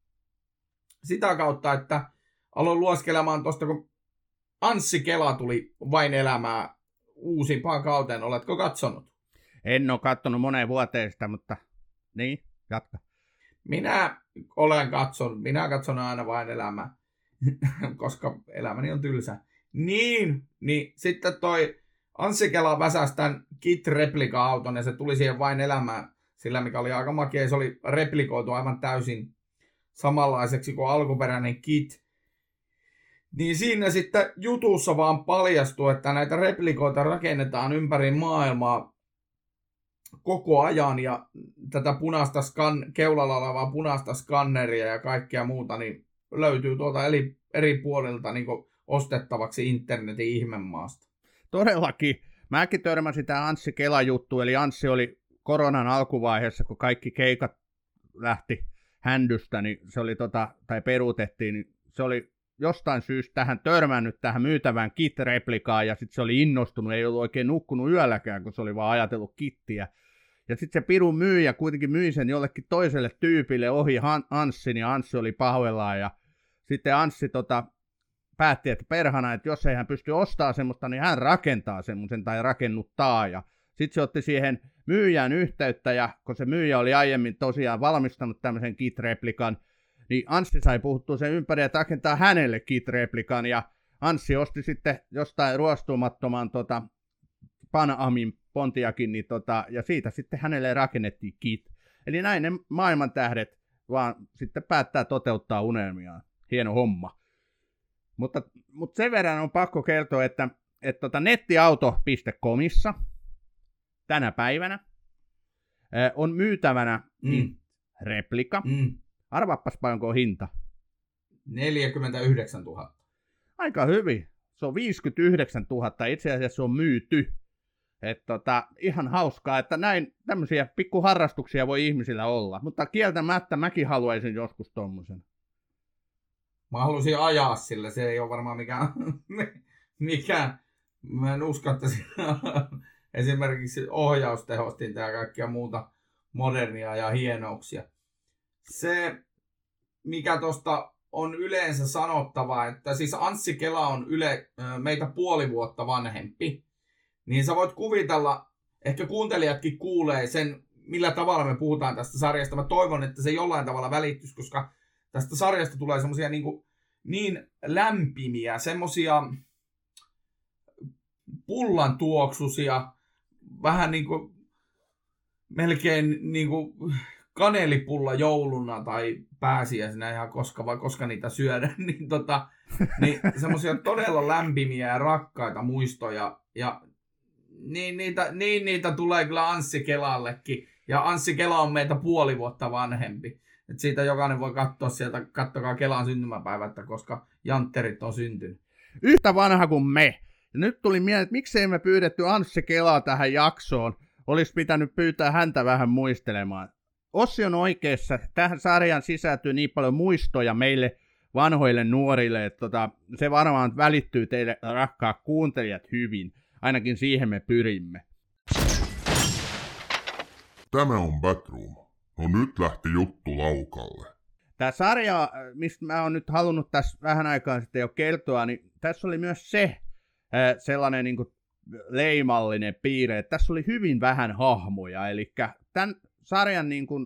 sitä kautta, että aloin lueskelemaan tuosta, kun Anssi Kela tuli Vain elämää uusimpaan kauteen. Oletko katsonut? En ole katsonut moneen vuoteen sitä, mutta niin, jatka. Minä olen katsonut. Minä katson aina Vain elämää, koska elämäni on tylsä. Niin sitten toi Anssi Kela väsäsi tämän Kit-replika-auton ja se tuli siihen Vain elämään sillä, mikä oli aika makea. Se oli replikoitu aivan täysin samanlaiseksi kuin alkuperäinen Kit. Niin siinä sitten jutussa vaan paljastui, että näitä replikoita rakennetaan ympäri maailmaa koko ajan ja tätä punaista keulalla olevaa punaista skanneria ja kaikkea muuta niin löytyy tuolta eri puolilta niin kuin ostettavaksi internetin ihmemaasta. Todellakin. Mäkin törmäsin tämä Anssi Kela-juttu, eli Anssi oli koronan alkuvaiheessa, kun kaikki keikat lähti händystä, niin se oli tai peruutettiin, niin se oli jostain syystä tähän törmännyt tähän myytävään Kit-replikaan, ja sitten se oli innostunut, ei ollut oikein nukkunut yölläkään, kun se oli vaan ajatellut kittiä. Ja sitten se pirun myyjä kuitenkin myi sen jollekin toiselle tyypille ohi Anssin, ja Anssi oli pahoillaan, ja sitten Anssi päätti, että perhana, että jos ei hän pysty ostamaan semmoista, niin hän rakentaa semmoisen tai rakennuttaa, ja sitten se otti siihen myyjään yhteyttä, ja kun se myyjä oli aiemmin tosiaan valmistanut tämmöisen Kit-replikan, niin Anssi sai puhuttua sen ympäri, että rakentaa hänelle Kit-replikan, ja Anssi osti sitten jostain ruostumattoman Pan Amin Pontiakin, niin ja siitä sitten hänelle rakennettiin Kit. Eli näin ne maailman tähdet vaan sitten päättää toteuttaa unelmiaan. Hieno homma. Mutta sen verran on pakko kertoa, että nettiauto.comissa tänä päivänä on myytävänä replika. Arvaappas paljonko on hinta. 49 000. Aika hyvin. Se on 59 000. Itse asiassa se on myyty. Ihan hauskaa, että näin tämmöisiä pikkuharrastuksia voi ihmisillä olla. Mutta kieltämättä mäkin haluaisin joskus tommosen. Mä halusin ajaa sillä. Se ei ole varmaan mikään. Mä en usko, että esimerkiksi ohjaustehostinta ja kaikkia muuta modernia ja hienouksia. Se, mikä tuosta on yleensä sanottava, että siis Anssi Kela on meitä puoli vuotta vanhempi, niin sä voit kuvitella, ehkä kuuntelijatkin kuulee sen, millä tavalla me puhutaan tästä sarjasta. Mä toivon, että se jollain tavalla välittyisi, koska tästä sarjasta tulee semmosia niin lämpimiä, semmosia pullan tuoksusia, vähän niinku melkein niinku kanelipulla jouluna tai pääsiäisenä ihan koska niitä syödään, niin semmoisia todella lämpimiä ja rakkaita muistoja. Ja niitä tulee kyllä Anssi Kelallekin. Ja Anssi Kela on meitä puoli vuotta vanhempi. Et siitä jokainen voi katsoa sieltä, kattokaa Kelan syntymäpäivää, koska jantterit on syntynyt. Yhtä vanha kuin me. Ja nyt tuli mieleen, että miksei me pyydetty Anssi Kelaa tähän jaksoon. Olisi pitänyt pyytää häntä vähän muistelemaan. Ossi on oikeassa. Tähän sarjaan sisältyy niin paljon muistoja meille vanhoille nuorille, että se varmaan välittyy teille rakkaat kuuntelijat hyvin. Ainakin siihen me pyrimme. Tämä on Batroom. No nyt lähti juttu laukalle. Tämä sarja, mistä mä oon nyt halunnut tässä vähän aikaa sitten jo kertoa, niin tässä oli myös se sellainen niin kuin leimallinen piirre, että tässä oli hyvin vähän hahmoja. Eli tämän sarjan niin kuin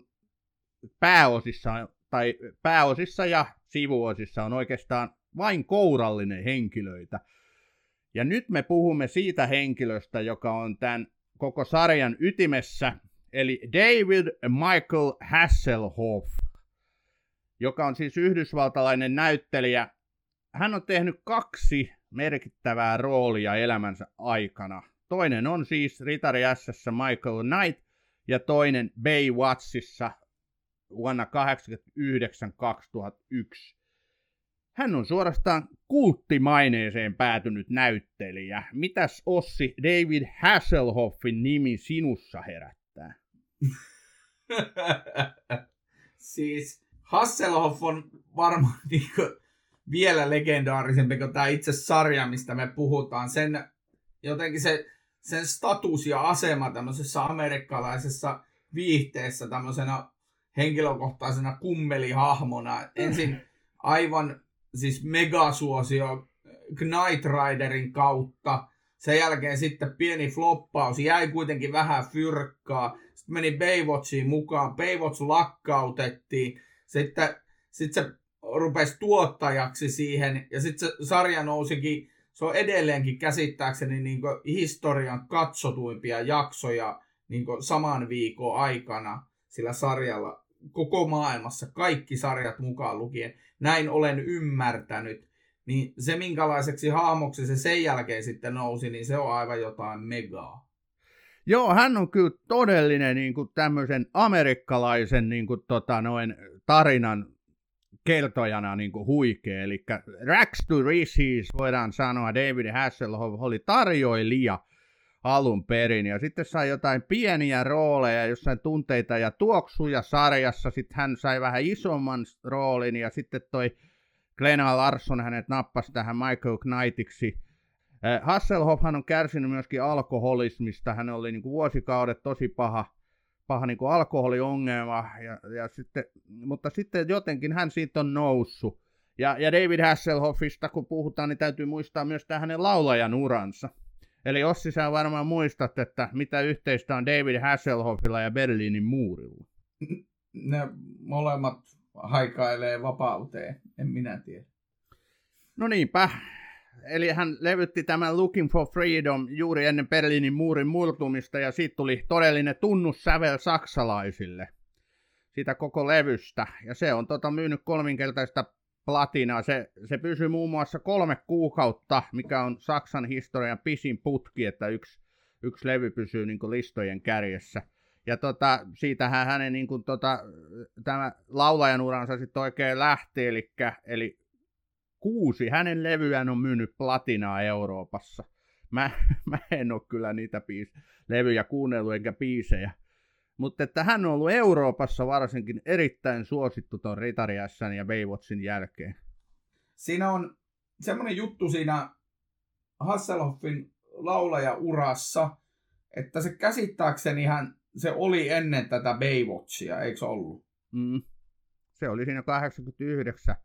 pääosissa ja sivuosissa on oikeastaan vain kourallinen henkilöitä. Ja nyt me puhumme siitä henkilöstä, joka on tämän koko sarjan ytimessä, eli David Michael Hasselhoff, joka on siis yhdysvaltalainen näyttelijä. Hän on tehnyt 2 merkittävää roolia elämänsä aikana. Toinen on siis Ritari S:ssä Michael Knight ja toinen Baywatchissa vuonna 1989-2001. Hän on suorastaan kulttimaineeseen päätynyt näyttelijä. Mitäs Ossi David Hasselhoffin nimi sinussa herättää? Siis Hasselhoff on varmaan vielä legendaarisempi kuin tämä itse sarja, mistä me puhutaan. Jotenkin sen status ja asema tämmöisessä amerikkalaisessa viihteessä tämmöisenä henkilökohtaisena kummelihahmona. Ensin aivan siis megasuosio Knight Riderin kautta. Sen jälkeen sitten pieni floppaus. Jäi kuitenkin vähän fyrkkaa. Sitten meni Baywatchiin mukaan. Baywatch lakkautettiin. Sitten se rupesi tuottajaksi siihen. Ja sitten se sarja nousikin. Se on edelleenkin käsittääkseni niin kuin historian katsotuimpia jaksoja niin kuin saman viikon aikana sillä sarjalla. Koko maailmassa, kaikki sarjat mukaan lukien. Näin olen ymmärtänyt. Niin se, minkälaiseksi hahmoksi se sen jälkeen sitten nousi, niin se on aivan jotain megaa. Joo, hän on kyllä todellinen niin kuin tämmöisen amerikkalaisen niin kuin, tarinan kertojana niin kuin huikea. Eli Rags to Riches voidaan sanoa, David Hasselhoff oli tarjoilija alun perin, ja sitten sai jotain pieniä rooleja, jossain tunteita ja tuoksuja sarjassa, sitten hän sai vähän isomman roolin, ja sitten toi Glenn Larson hänet nappasi tähän Michael Knightiksi. Hasselhoffhan on kärsinyt myöskin alkoholismista, hän oli niin kuin vuosikaudet tosi paha niin kuin alkoholiongelma, mutta sitten jotenkin hän siitä on noussut. Ja David Hasselhoffista kun puhutaan, niin täytyy muistaa myös tämä hänen laulajan uransa. Eli Ossi, sä varmaan muistat, että mitä yhteistä on David Hasselhoffilla ja Berliinin muurilla. Ne molemmat haikailee vapauteen, en minä tiedä. No niinpä. Eli hän levytti tämän Looking for Freedom juuri ennen Berliinin muurin murtumista, ja siitä tuli todellinen tunnussävel saksalaisille siitä koko levystä. Ja se on myynyt 3-kertaista platinaa. Se pysyy muun muassa 3 kuukautta, mikä on Saksan historian pisin putki, että yksi levy pysyy niin kuin listojen kärjessä. Ja siitähän hänen niin kuin, tämä laulajan uransa sitten oikein lähti, eli 6 hänen levyään on myynyt platinaa Euroopassa. Mä en ole kyllä niitä levyjä kuunnellut enkä biisejä. Mutta että hän on ollut Euroopassa varsinkin erittäin suosittu ton Ritari S:n ja Baywatchin jälkeen. Siinä on semmoinen juttu siinä Hasselhoffin laulajaurassa, että se käsittääkseni se oli ennen tätä Baywatchia, eikö se ollut? Se oli siinä 89.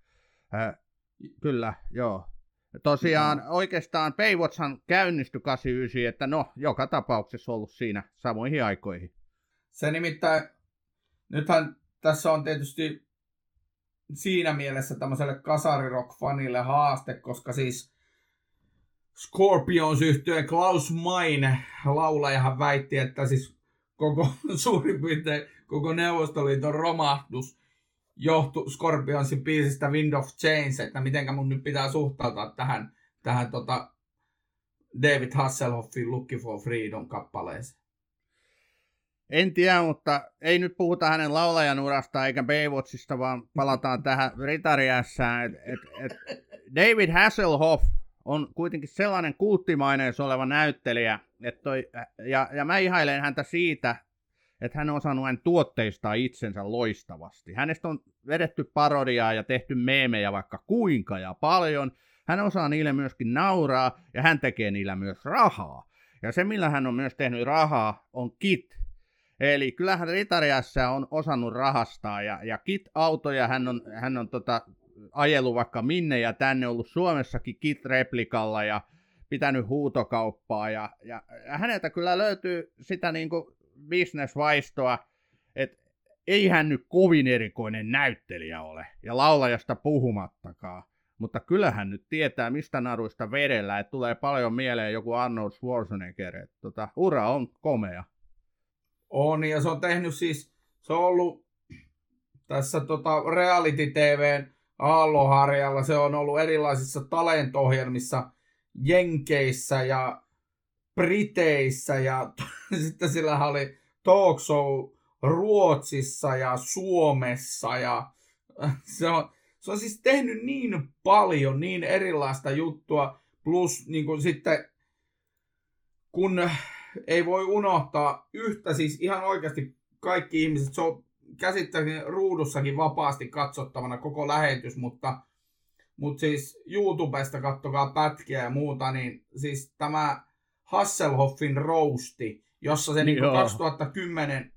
Kyllä, joo. Tosiaan oikeastaan Baywatchhan käynnistyi 89, että joka tapauksessa ollut siinä samoihin aikoihin. Se nimittäin, nythän tässä on tietysti siinä mielessä tämmöiselle kasarirock-fanille haaste, koska siis Scorpions-yhtyeen Klaus Meine laulajahan väitti, että siis suurin piirtein koko Neuvostoliiton romahdus johtui Scorpionsin biisistä Wind of Change, että mitenkä mun nyt pitää suhtautua tähän David Hasselhoffin Looking for Freedom -kappaleeseen. En tiedä, mutta ei nyt puhuta hänen laulajan urasta eikä Baywatchista, vaan palataan tähän Ritari S:ään. David Hasselhoff on kuitenkin sellainen kulttimaineessa oleva näyttelijä, ja mä ihailen häntä siitä, että hän on osannut vain tuotteistaa itsensä loistavasti. Hänestä on vedetty parodiaa ja tehty meemejä vaikka kuinka ja paljon. Hän osaa niille myöskin nauraa, ja hän tekee niillä myös rahaa. Ja se, millä hän on myös tehnyt rahaa, on KIT. Eli kyllähän Ritari S on osannut rahastaa, ja KIT-autoja hän on ajellut vaikka minne ja tänne, ollut Suomessakin KIT-replikalla ja pitänyt huutokauppaa, ja häneltä kyllä löytyy sitä niinku bisnesvaistoa, että ei hän nyt kovin erikoinen näyttelijä ole, ja laulajasta puhumattakaan, mutta kyllähän nyt tietää, mistä naruista vedellä, että tulee paljon mieleen joku Arnold Schwarzenegger, että ura on komea. On, ja se on tehnyt siis, se on ollut tässä reality-tv:n aalloharjalla, se on ollut erilaisissa talent-ohjelmissa Jenkeissä, ja Briteissä ja sitten sillä oli talk show Ruotsissa ja Suomessa ja se on siis tehnyt niin paljon, niin erilaista juttua, plus niin kuin sitten kun ei voi unohtaa yhtä, siis ihan oikeasti kaikki ihmiset, se on käsittääkseni ruudussakin vapaasti katsottavana koko lähetys, mutta siis YouTubesta kattokaa pätkiä ja muuta, niin siis tämä Hasselhoffin roasti, jossa se niin 2010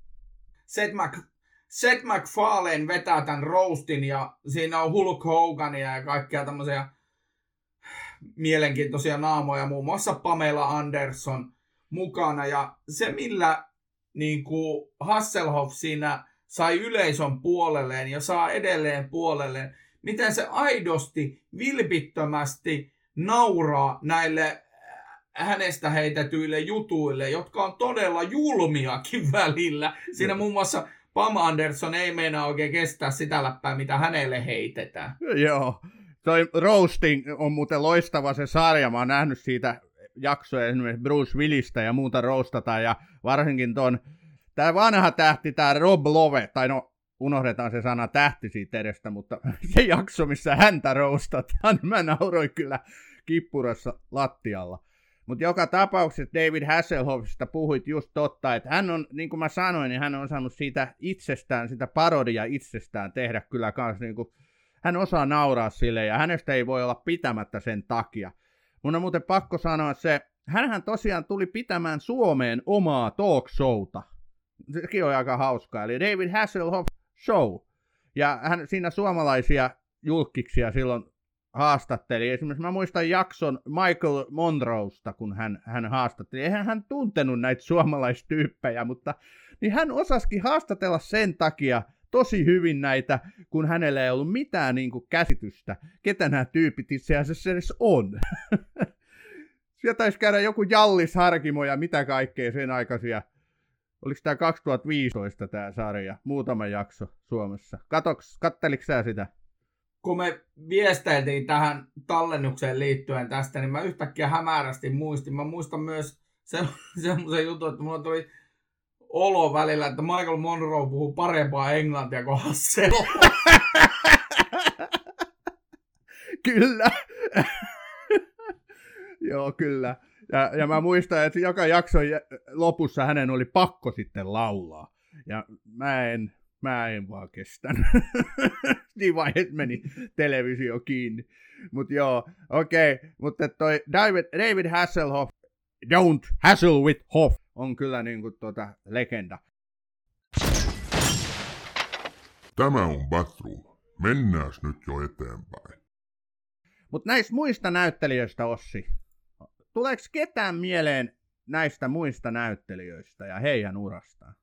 Seth MacFarlane vetää tämän roastin ja siinä on Hulk Hogania ja kaikkia tämmöisiä mielenkiintoisia naamoja, muun muassa Pamela Anderson mukana ja se millä niin kuin Hasselhoff siinä sai yleisön puolelleen ja saa edelleen puolelleen, miten se aidosti, vilpittömästi nauraa näille hänestä heitetyille jutuille, jotka on todella julmiakin välillä. Siinä muun muassa Pam Anderson ei meinaa oikein kestää sitä läppää, mitä hänelle heitetään. Joo, toi roasting on muuten loistava se sarja. Mä oon nähnyt siitä jaksoja esimerkiksi Bruce Willistä ja muuta roastataan, ja varsinkin tää vanha tähti, tää Rob Lowe, tai no unohdetaan se sana tähti siitä edestä, mutta se jakso, missä häntä roastataan, mä nauroin kyllä kippurassa lattialla. Mutta joka tapauksessa David Hasselhoffista puhuit just totta, että hän on, niin kuin mä sanoin, niin hän on osannut siitä itsestään, sitä parodia itsestään tehdä kyllä kanssa, niin kuin, hän osaa nauraa sille ja hänestä ei voi olla pitämättä sen takia. Mun on muuten pakko sanoa se, hänhän tosiaan tuli pitämään Suomeen omaa talk showta. Sekin on aika hauskaa, eli David Hasselhoff Show. Ja hän siinä suomalaisia julkkiksia silloin haastatteli. Esimerkiksi mä muistan jakson Michael Monroesta, kun hän haastatteli. Eihän hän tuntenut näitä suomalaistyyppejä, mutta niin hän osasikin haastatella sen takia tosi hyvin näitä, kun hänellä ei ollut mitään niin kuin käsitystä, ketä nämä tyypit itse asiassa edes on. Sieltä taisi käydä joku Jallis Harkimo ja mitä kaikkea sen aikaisia. Oliko tämä 2015 tämä sarja? Muutama jakso Suomessa. Katteliko sä sitä? Kun me viesteiltiin tähän tallennukseen liittyen tästä, niin mä yhtäkkiä hämärästi muistin. Mä muistan myös semmoisen jutun, että mulla tuli olo välillä, että Michael Monroe puhuu parempaa englantia kuin Hasselhoff. Kyllä. Joo, kyllä. Ja mä muistan, että joka jakson lopussa hänen oli pakko sitten laulaa. Ja mä en vaan kestänyt. Niin vaiheessa meni televisio kiinni. Mutta joo, okei. Mutta toi David Hasselhoff, don't hassle with Hoff, on kyllä niinku legenda. Tämä on Batroom. Mennääs nyt jo eteenpäin. Mutta näistä muista näyttelijöistä, Ossi, tuleeko ketään mieleen näistä muista näyttelijöistä ja heidän urastaan?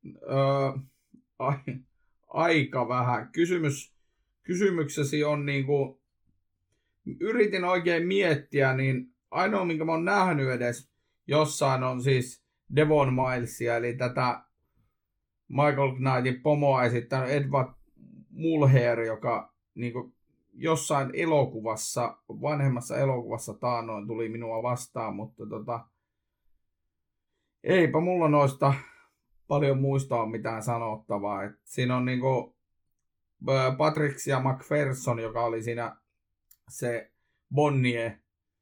Aika vähän. Kysymyksesi on niinku, yritin oikein miettiä, niin ainoa minkä mä oon nähnyt edes jossain on siis Devon Milesia, eli tätä Michael Knightin pomoa esittänyt Edward Mulher, joka niinku jossain elokuvassa, vanhemmassa elokuvassa taannoin tuli minua vastaan, mutta eipä mulla noista paljon muista on mitään sanottavaa. Et siinä on niinku Patricia McPherson, joka oli siinä se Bonnie,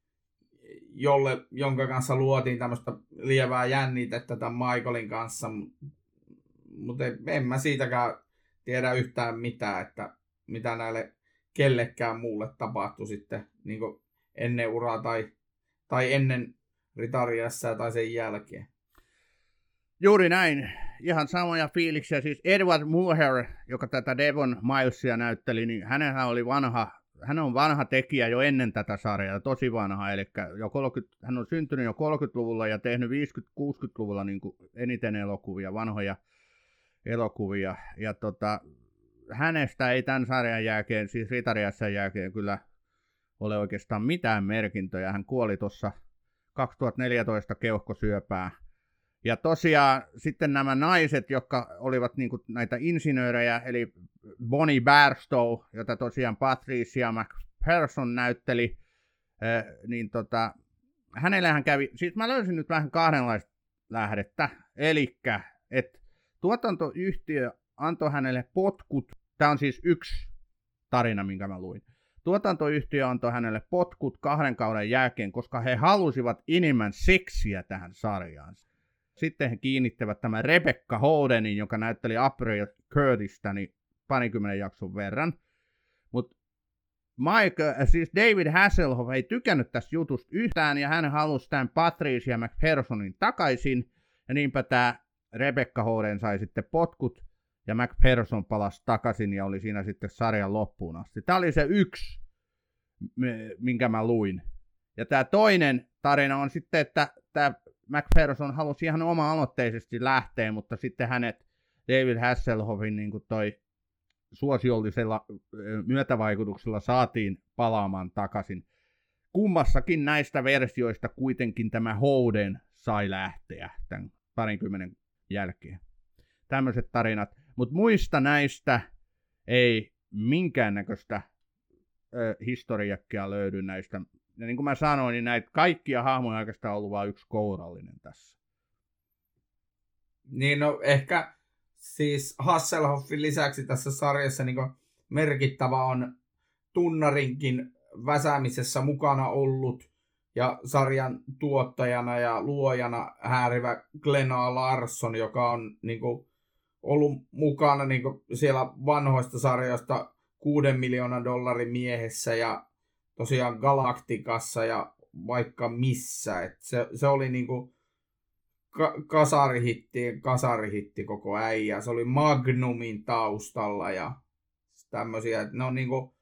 jonka kanssa luotiin tämmöistä lievää jännitettä tämän Michaelin kanssa, mutta en mä siitäkään tiedä yhtään mitään, että mitä näille kellekään muulle tapahtui sitten niin ennen uraa tai ennen Ritariassa tai sen jälkeen. Juuri näin. Ihan samoja fiiliksiä. Siis Edward Mulher, joka tätä Devon Milesia näytteli, niin hän on vanha tekijä jo ennen tätä sarjaa, tosi vanha. Eli hän on syntynyt jo 30-luvulla ja tehnyt 50-60-luvulla niin kuin eniten elokuvia, vanhoja elokuvia. Ja hänestä ei tämän sarjan jälkeen, siis Ritariassa jälkeen kyllä ole oikeastaan mitään merkintöjä. Hän kuoli tuossa 2014 keuhkosyöpää. Ja tosiaan sitten nämä naiset, jotka olivat niin kuin näitä insinöörejä, eli Bonnie Barstow, jota tosiaan Patricia McPherson näytteli, niin hänellähän kävi, siis mä löysin nyt vähän kahdenlaista lähdettä, elikkä, että tuotantoyhtiö antoi hänelle potkut, tämä on siis yksi tarina, minkä mä luin. Tuotantoyhtiö antoi hänelle potkut 2 kauden jälkeen, koska he halusivat enemmän seksiä tähän sarjaan. Sitten he kiinnittävät tämän Rebecca Holdenin, joka näytteli April Curtista, niin 20 jakson verran. Mutta siis David Hasselhoff ei tykännyt tästä jutusta yhtään, ja hän halusi tämän Patricia McPhersonin takaisin, ja niinpä tämä Rebecca Holden sai sitten potkut, ja McPherson palasi takaisin, ja oli siinä sitten sarjan loppuun asti. Tämä oli se yksi, minkä mä luin. Ja tämä toinen tarina on sitten, että tämä McPherson halusi ihan oma-aloitteisesti lähteä, mutta sitten hänet David Hasselhoffin niin kuin toi suosiollisella myötävaikutuksella saatiin palaamaan takaisin. Kummassakin näistä versioista kuitenkin tämä Holden sai lähteä tämän 20 jälkeen. Tämmöiset tarinat. Mutta muista näistä ei minkäännäköistä historiakkia löydy näistä. Ja niin kuin mä sanoin, niin näitä kaikkia hahmoja oikeastaan on ollut vain yksi kourallinen tässä. Niin no ehkä siis Hasselhoffin lisäksi tässä sarjassa niin merkittävä on tunnarinkin väsäämisessä mukana ollut ja sarjan tuottajana ja luojana häärivä Glenn A. Larson, joka on niin kuin ollut mukana niin kuin siellä vanhoista sarjoista $6 miljoonan miehessä ja tosiaan Galaktikassa ja vaikka missä. Et se oli niinku kasarihitti koko äijä. Se oli Magnumin taustalla ja tämmöisiä. Ne on niinku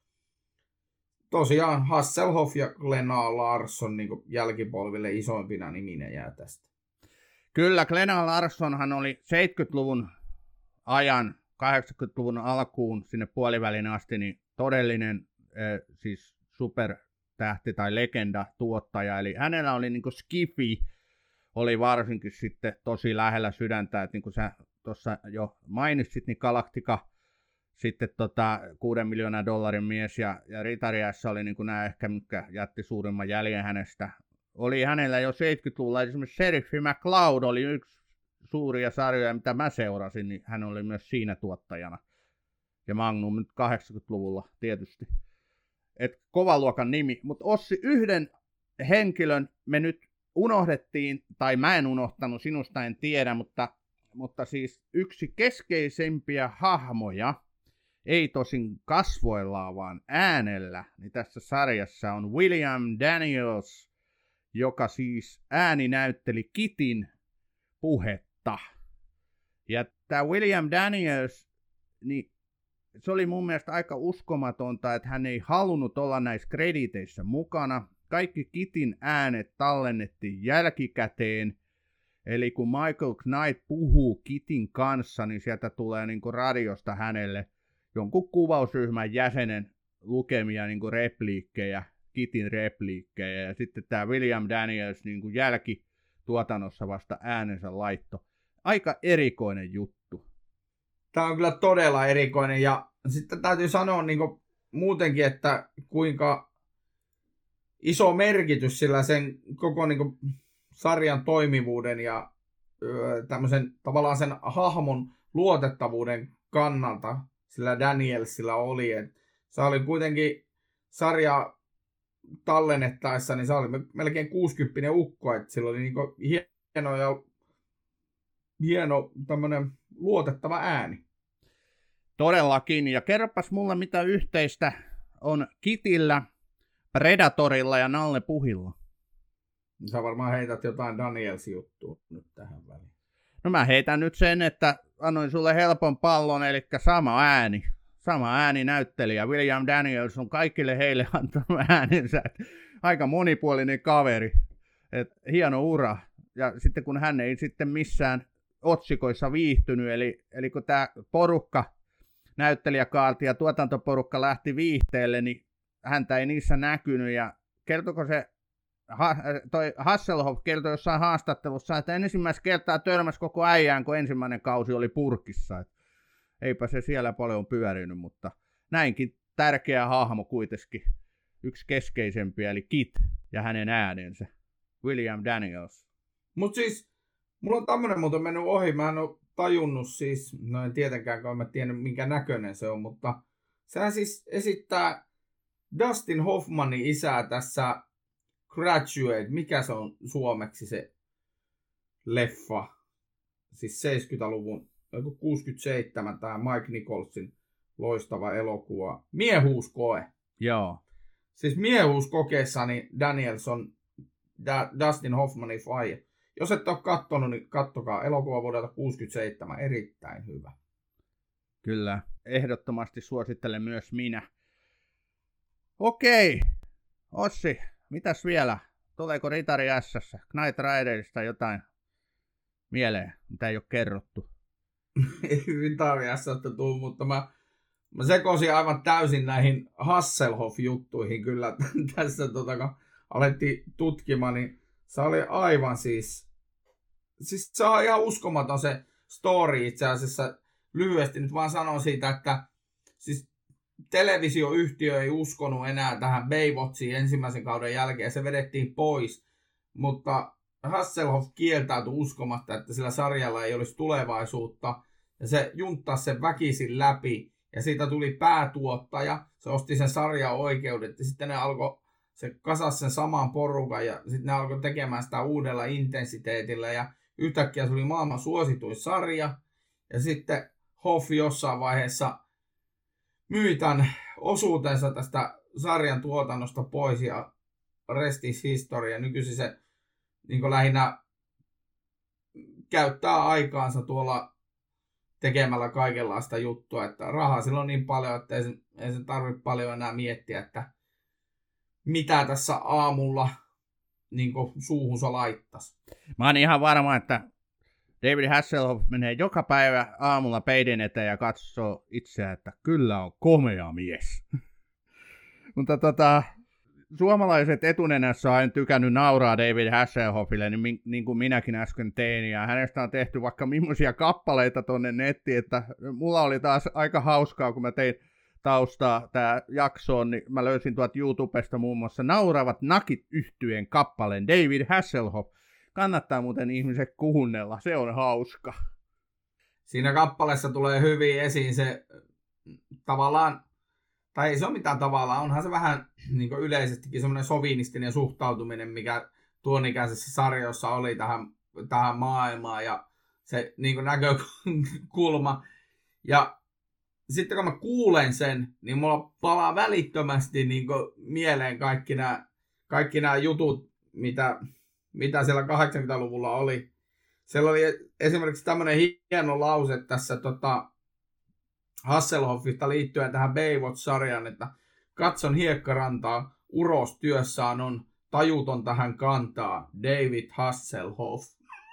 tosiaan Hasselhoff ja Glenn A. Larson niinku jälkipolville isoimpina niminä jää tästä. Kyllä, Glenn A. Larsonhan oli 70-luvun ajan, 80-luvun alkuun sinne puolivälin asti, niin todellinen siis supertähti tai legenda tuottaja. Eli hänellä oli niin kuin Skiffy, oli varsinkin sitten tosi lähellä sydäntä, että niin kuin sä tuossa jo mainitsit, niin Galactica, sitten $6 miljoonan mies ja Ritariassa oli niin kuin nämä ehkä, mitkä jätti suurimman jäljen hänestä. Oli hänellä jo 70-luvulla esimerkiksi Sheriff McCloud oli yksi suuria sarjoja, mitä mä seurasin, niin hän oli myös siinä tuottajana. Ja Magnum nyt 80-luvulla tietysti. Et kovaluokan nimi. Mutta Ossi, yhden henkilön me nyt unohdettiin, tai mä en unohtanut, sinusta en tiedä, mutta siis yksi keskeisempiä hahmoja, ei tosin kasvoillaan, vaan äänellä, niin tässä sarjassa on William Daniels, joka siis ääni näytteli Kitin puhetta. Ja tämä William Daniels, niin se oli mun mielestä aika uskomatonta, että hän ei halunnut olla näissä krediteissä mukana. Kaikki Kitin äänet tallennettiin jälkikäteen. Eli kun Michael Knight puhuu Kitin kanssa, niin sieltä tulee niin kuin radiosta hänelle jonkun kuvausryhmän jäsenen lukemia niin kuin repliikkejä, Kitin repliikkejä. Ja sitten tämä William Daniels niin kuin jälkituotannossa vasta äänensä laitto. Aika erikoinen juttu. Tämä on kyllä todella erikoinen ja sitten täytyy sanoa niin kuin muutenkin, että kuinka iso merkitys sillä sen koko niin kuin sarjan toimivuuden ja tämmöisen tavallaan sen hahmon luotettavuuden kannalta sillä Danielsilla oli. Että se oli kuitenkin sarja tallennettaessa, niin se oli melkein 60 ukko, että sillä oli niin kuin hieno tämmöinen luotettava ääni. Todellakin. Ja kerropas mulle, mitä yhteistä on Kitillä, Predatorilla ja Nalle Puhilla. Sä varmaan heität jotain Daniels-juttua nyt tähän väliin. No mä heitän nyt sen, että annoin sulle helpon pallon, eli sama ääni. Sama ääninäyttelijä. William Daniels on kaikille heille antanut äänensä. Aika monipuolinen kaveri. Hieno ura. Ja sitten kun hän ei sitten missään otsikoissa viihtynyt, eli kun tämä porukka, näyttelijäkaarti ja tuotantoporukka lähti viihteelle, niin häntä ei niissä näkynyt. Ja kertoko se, toi Hasselhoff kertoi jossain haastattelussa, että ensimmäistä kertaa törmäsi koko äijään, kun ensimmäinen kausi oli purkissa. Et eipä se siellä paljon pyörinyt, mutta näinkin tärkeä hahmo kuitenkin. Yksi keskeisempiä, eli Kit ja hänen äänensä. William Daniels. Mut siis, mulla on tämmönen muuten mennyt ohi, mä en oo tajunnut siis, no en tietenkään, kun mä tiennyt minkä näköinen se on, mutta sehän siis esittää Dustin Hoffmanin isää tässä Graduate, mikä se on suomeksi se leffa, siis 70-luvun, 67, tämä Mike Nicholsin loistava elokuva, Miehuuskoe. Joo. Siis miehuuskokeessa niin Daniels on Dustin Hoffmanin faija. Jos et ole kattonut, niin kattokaa elokuva vuodelta 67, erittäin hyvä. Kyllä, ehdottomasti suosittelen myös minä. Okei, Ossi, mitäs vielä? Tuleeko Ritari S:ssä, Knight Riderista jotain mieleen, mitä ei ole kerrottu? Ei Ritari S:stä tuu, mutta mä sekoisin aivan täysin näihin Hasselhoff-juttuihin kyllä tässä, kun alettiin tutkimaan, niin se oli aivan siis se on ihan uskomaton se story itse asiassa. Lyhyesti nyt vaan sanon siitä, että siis televisioyhtiö ei uskonut enää tähän Baywatchiin ensimmäisen kauden jälkeen, se vedettiin pois, mutta Hasselhoff kieltäytyi uskomasta, että sillä sarjalla ei olisi tulevaisuutta, ja se junttasi sen väkisin läpi, ja siitä tuli päätuottaja, se osti sen sarjan oikeudet, ja sitten se kasasi sen saman porukan, ja sitten ne alkoi tekemään sitä uudella intensiteetillä, ja yhtäkkiä se oli maailman suosituin sarja, ja sitten Hoff jossain vaiheessa myi tämän osuutensa tästä sarjan tuotannosta pois, ja rest is history, ja nykyisin se niin lähinnä käyttää aikaansa tuolla tekemällä kaikenlaista juttua, että rahaa sillä on niin paljon, että ei sen tarvitse paljon enää miettiä, että mitä tässä aamulla niin suuhunsa laittaisi. Mä oon ihan varma, että David Hasselhoff menee joka päivä aamulla peilin eteen ja katsoo itseään, että kyllä on komea mies. Mutta suomalaiset etunenässä on aina tykännyt nauraa David Hasselhoffille, niin kuin minäkin äsken tein, ja hänestä on tehty vaikka millaisia kappaleita tonne nettiin, että mulla oli taas aika hauskaa, kun mä tein taustaa tää jaksoon, niin mä löysin tuolta YouTubesta muun muassa Nauravat nakit -yhtyeen kappaleen David Hasselhoff. Kannattaa muuten ihmiset kuunnella, se on hauska. Siinä kappaleessa tulee hyvin esiin se tavallaan, tai ei se ole mitään tavallaan, onhan se vähän niin kuin yleisestikin semmoinen sovinistinen suhtautuminen, mikä tuon ikäisessä sarjossa oli tähän maailmaan ja se niin kuin näkökulma. Ja sitten kun mä kuulen sen, niin mulla palaa välittömästi niin kuin mieleen kaikki nämä jutut, mitä siellä 80-luvulla oli. Siellä oli esimerkiksi tämmöinen hieno lause tässä Hasselhoffista liittyen tähän Baywatch-sarjaan, että katson hiekkarantaa, uros työssään on, tajuton tähän kantaa, David Hasselhoff.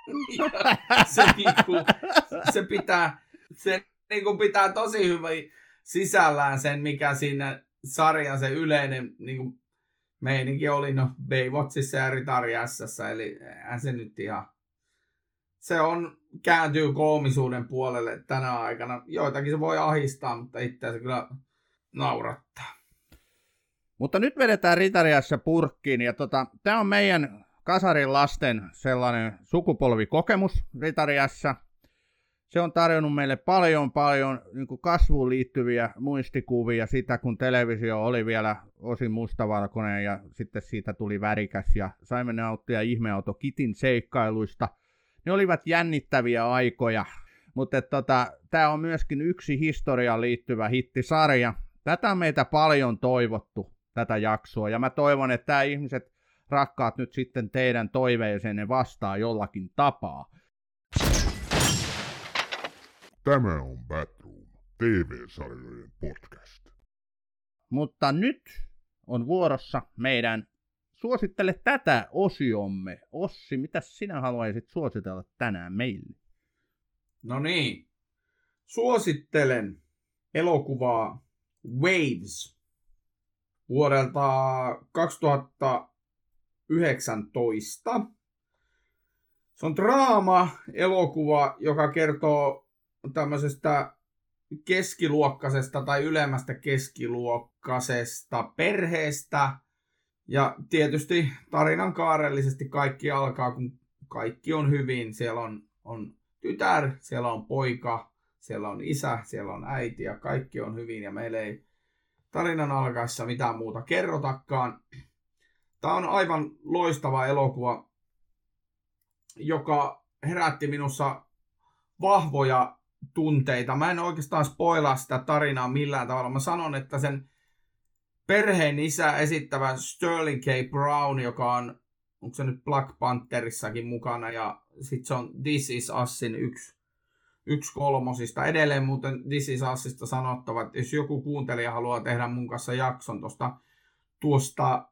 Se pitää tosi hyvin sisällään sen, mikä siinä sarjan se yleinen niin meininki oli Baywatchissa ja Ritari S:ssä, eli se nyt ihan, se kääntyy koomisuuden puolelle tänä aikana. Joitakin se voi ahistaa, mutta itseänsä kyllä naurattaa. Mutta nyt vedetään Ritari S purkkiin, ja tämä on meidän kasarin lasten sellainen sukupolvikokemus Ritari S. Se on tarjonnut meille paljon niin kuin kasvuun liittyviä muistikuvia sitä, kun televisio oli vielä osin mustavalkoinen ja sitten siitä tuli värikäs ja saimme nauttia ihmeauto Kitin seikkailuista. Ne olivat jännittäviä aikoja, mutta tämä on myöskin yksi historiaan liittyvä hittisarja. Tätä on meitä paljon toivottu, tätä jaksoa, ja mä toivon, että tämä ihmiset, rakkaat, nyt sitten teidän toiveeseenne vastaa jollakin tapaa. Tämä on Batroom, TV-sarjojen podcast. Mutta nyt on vuorossa meidän Suosittele tätä -osiomme. Ossi, mitä sinä haluaisit suositella tänään meille? No niin, suosittelen elokuvaa Waves vuodelta 2019. Se on draama-elokuva, joka kertoo tämmöisestä keskiluokkaisesta tai ylemmästä keskiluokkaisesta perheestä, Ja tietysti tarinan kaarellisesti kaikki alkaa, kun kaikki on hyvin. Siellä on tytär, siellä on poika, siellä on isä, siellä on äiti ja kaikki on hyvin. Ja meillä ei tarinan alkaessa mitään muuta kerrotakaan. Tämä on aivan loistava elokuva, joka herätti minussa vahvoja tunteita. Mä en oikeastaan spoilaa sitä tarinaa millään tavalla. Mä sanon, että sen perheen isä esittävä Sterling K. Brown, joka on, onko se nyt Black Pantherissakin mukana, ja sitten se on This Is Usin yksi kolmosista. Edelleen muuten This Is Usista sanottava, että jos joku kuuntelija haluaa tehdä mun kanssa jakson tuosta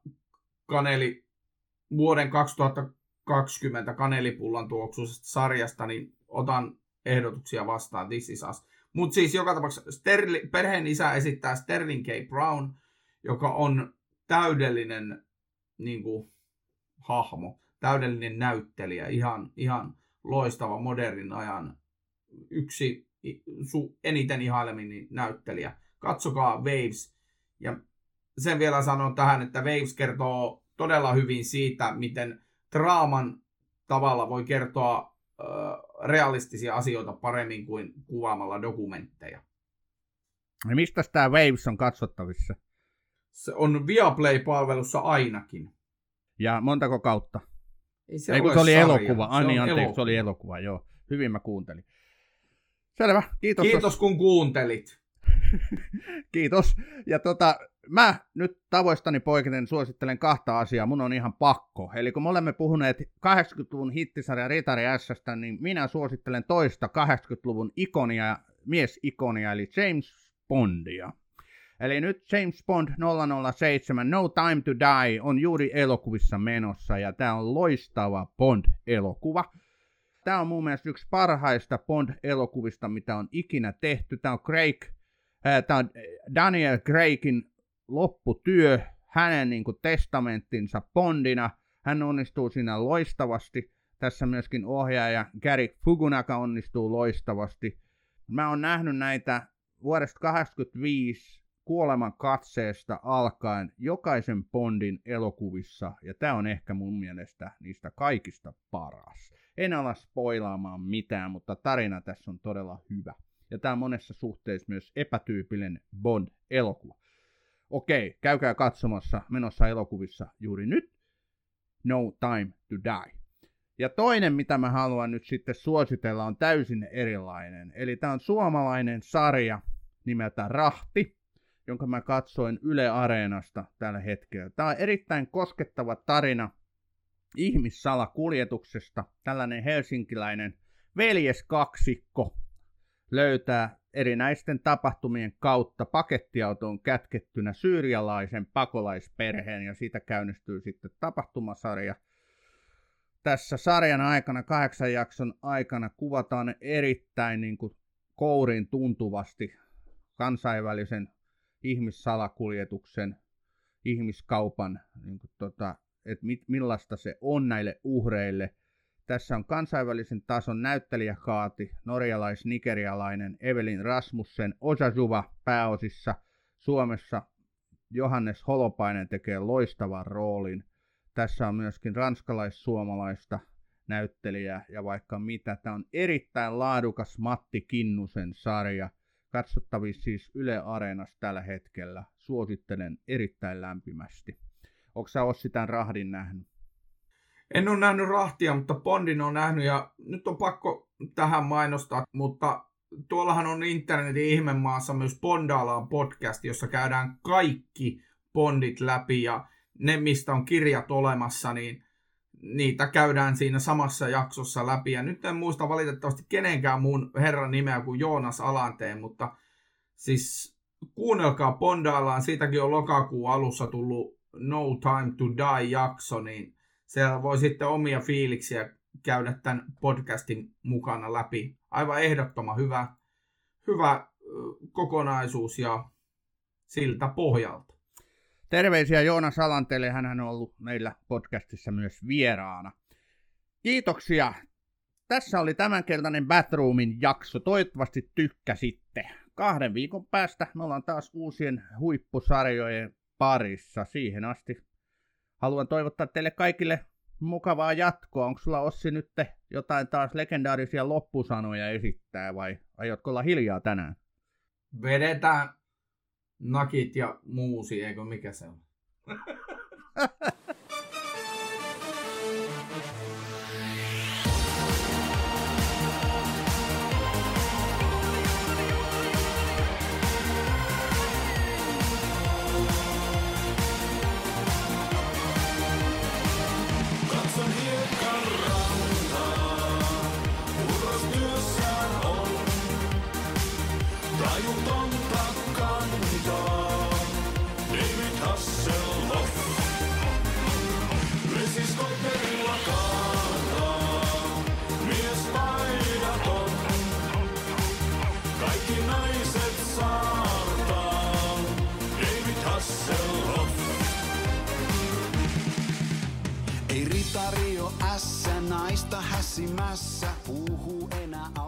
vuoden 2020 kanelipullon tuoksuisesta sarjasta, niin otan ehdotuksia vastaan This Is Us. Mutta siis joka tapauksessa perheen isä esittää Sterling K. Brown, joka on täydellinen niin kuin, hahmo, täydellinen näyttelijä, ihan loistava modernin ajan yksi eniten ihailemini näyttelijä. Katsokaa Waves. Ja sen vielä sanon tähän, että Waves kertoo todella hyvin siitä, miten draaman tavalla voi kertoa realistisia asioita paremmin kuin kuvaamalla dokumentteja. Ja mistä tämä Waves on katsottavissa? Se on Viaplay-palvelussa ainakin. Ja montako kautta? Ei kun se oli sarja. elokuva. Se oli elokuva, joo. Hyvin mä kuuntelin. Selvä, kiitos. Kiitos kun kuuntelit. Kiitos. Ja mä nyt tavoistani poiketen suosittelen kahta asiaa. Mun on ihan pakko. Eli kun me olemme puhuneet 80-luvun hittisarja Ritari S:stä, niin minä suosittelen toista 80-luvun miesikonia, eli James Bondia. Eli nyt James Bond 007 No Time to Die on juuri elokuvissa menossa, ja tämä on loistava Bond-elokuva. Tämä on mun mielestä yksi parhaista Bond-elokuvista, mitä on ikinä tehty. Tämä on Daniel Craigin lopputyö, hänen niin kuin testamenttinsa Bondina. Hän onnistuu siinä loistavasti. Tässä myöskin ohjaaja Gary Fukunaga onnistuu loistavasti. Mä oon nähnyt näitä vuodesta 1985 kuoleman katseesta alkaen jokaisen Bondin elokuvissa, ja tämä on ehkä mun mielestä niistä kaikista paras. En ala spoilaamaan mitään, mutta tarina tässä on todella hyvä. Ja tämä on monessa suhteessa myös epätyypillinen Bond-elokuva. Okei, käykää katsomassa, menossa elokuvissa juuri nyt, No Time to Die. Ja toinen, mitä mä haluan nyt sitten suositella, on täysin erilainen. Eli tämä on suomalainen sarja nimeltä Rahti, jonka mä katsoin Yle Areenasta tällä hetkellä. Tämä on erittäin koskettava tarina ihmissalakuljetuksesta. Tällainen helsinkiläinen veljeskaksikko löytää erinäisten tapahtumien kautta pakettiautoon kätkettynä syyrialaisen pakolaisperheen, ja siitä käynnistyy sitten tapahtumasarja. Tässä sarjan aikana, 8 jakson aikana, kuvataan erittäin niin kuin kourin tuntuvasti kansainvälisen ihmissalakuljetuksen, ihmiskaupan, niin kuin että millaista se on näille uhreille. Tässä on kansainvälisen tason näyttelijäkaati, norjalais-nigerialainen Evelyn Rasmussen, Osajuva pääosissa. Suomessa Johannes Holopainen tekee loistavan roolin. Tässä on myöskin ranskalais-suomalaista näyttelijää ja vaikka mitä. Tämä on erittäin laadukas Matti Kinnusen sarja. Katsottavissa siis Yle Areenassa tällä hetkellä. Suosittelen erittäin lämpimästi. Onko sä Ossi tämän Rahdin nähnyt? En ole nähnyt Rahtia, mutta Bondin on nähnyt ja nyt on pakko tähän mainostaa, mutta tuollahan on internetin ihmemaassa myös Bondaalaan podcast, jossa käydään kaikki Bondit läpi ja ne, mistä on kirjat olemassa, niin niitä käydään siinä samassa jaksossa läpi. Ja nyt en muista valitettavasti kenenkään muun herran nimeä kuin Joonas Alanteen, mutta siis kuunnelkaa Bondaalaan, siitäkin on lokakuun alussa tullut No Time to Die-jakso, niin siellä voi sitten omia fiiliksiä käydä tämän podcastin mukana läpi. Aivan ehdottoman hyvä kokonaisuus ja siltä pohjalta. Terveisiä Joonas Alanteelle, hän on ollut meillä podcastissa myös vieraana. Kiitoksia. Tässä oli tämänkertainen Batroomin jakso. Toivottavasti tykkäsitte. 2 viikon päästä me ollaan taas uusien huippusarjojen parissa. Siihen asti haluan toivottaa teille kaikille mukavaa jatkoa. Onko sulla, Ossi, nyt jotain taas legendaarisia loppusanoja esittää vai aiotko olla hiljaa tänään? Vedetään nakit ja muusi, eikö mikä se on? Ei ritario ässä naista hässimässä, puhuu enää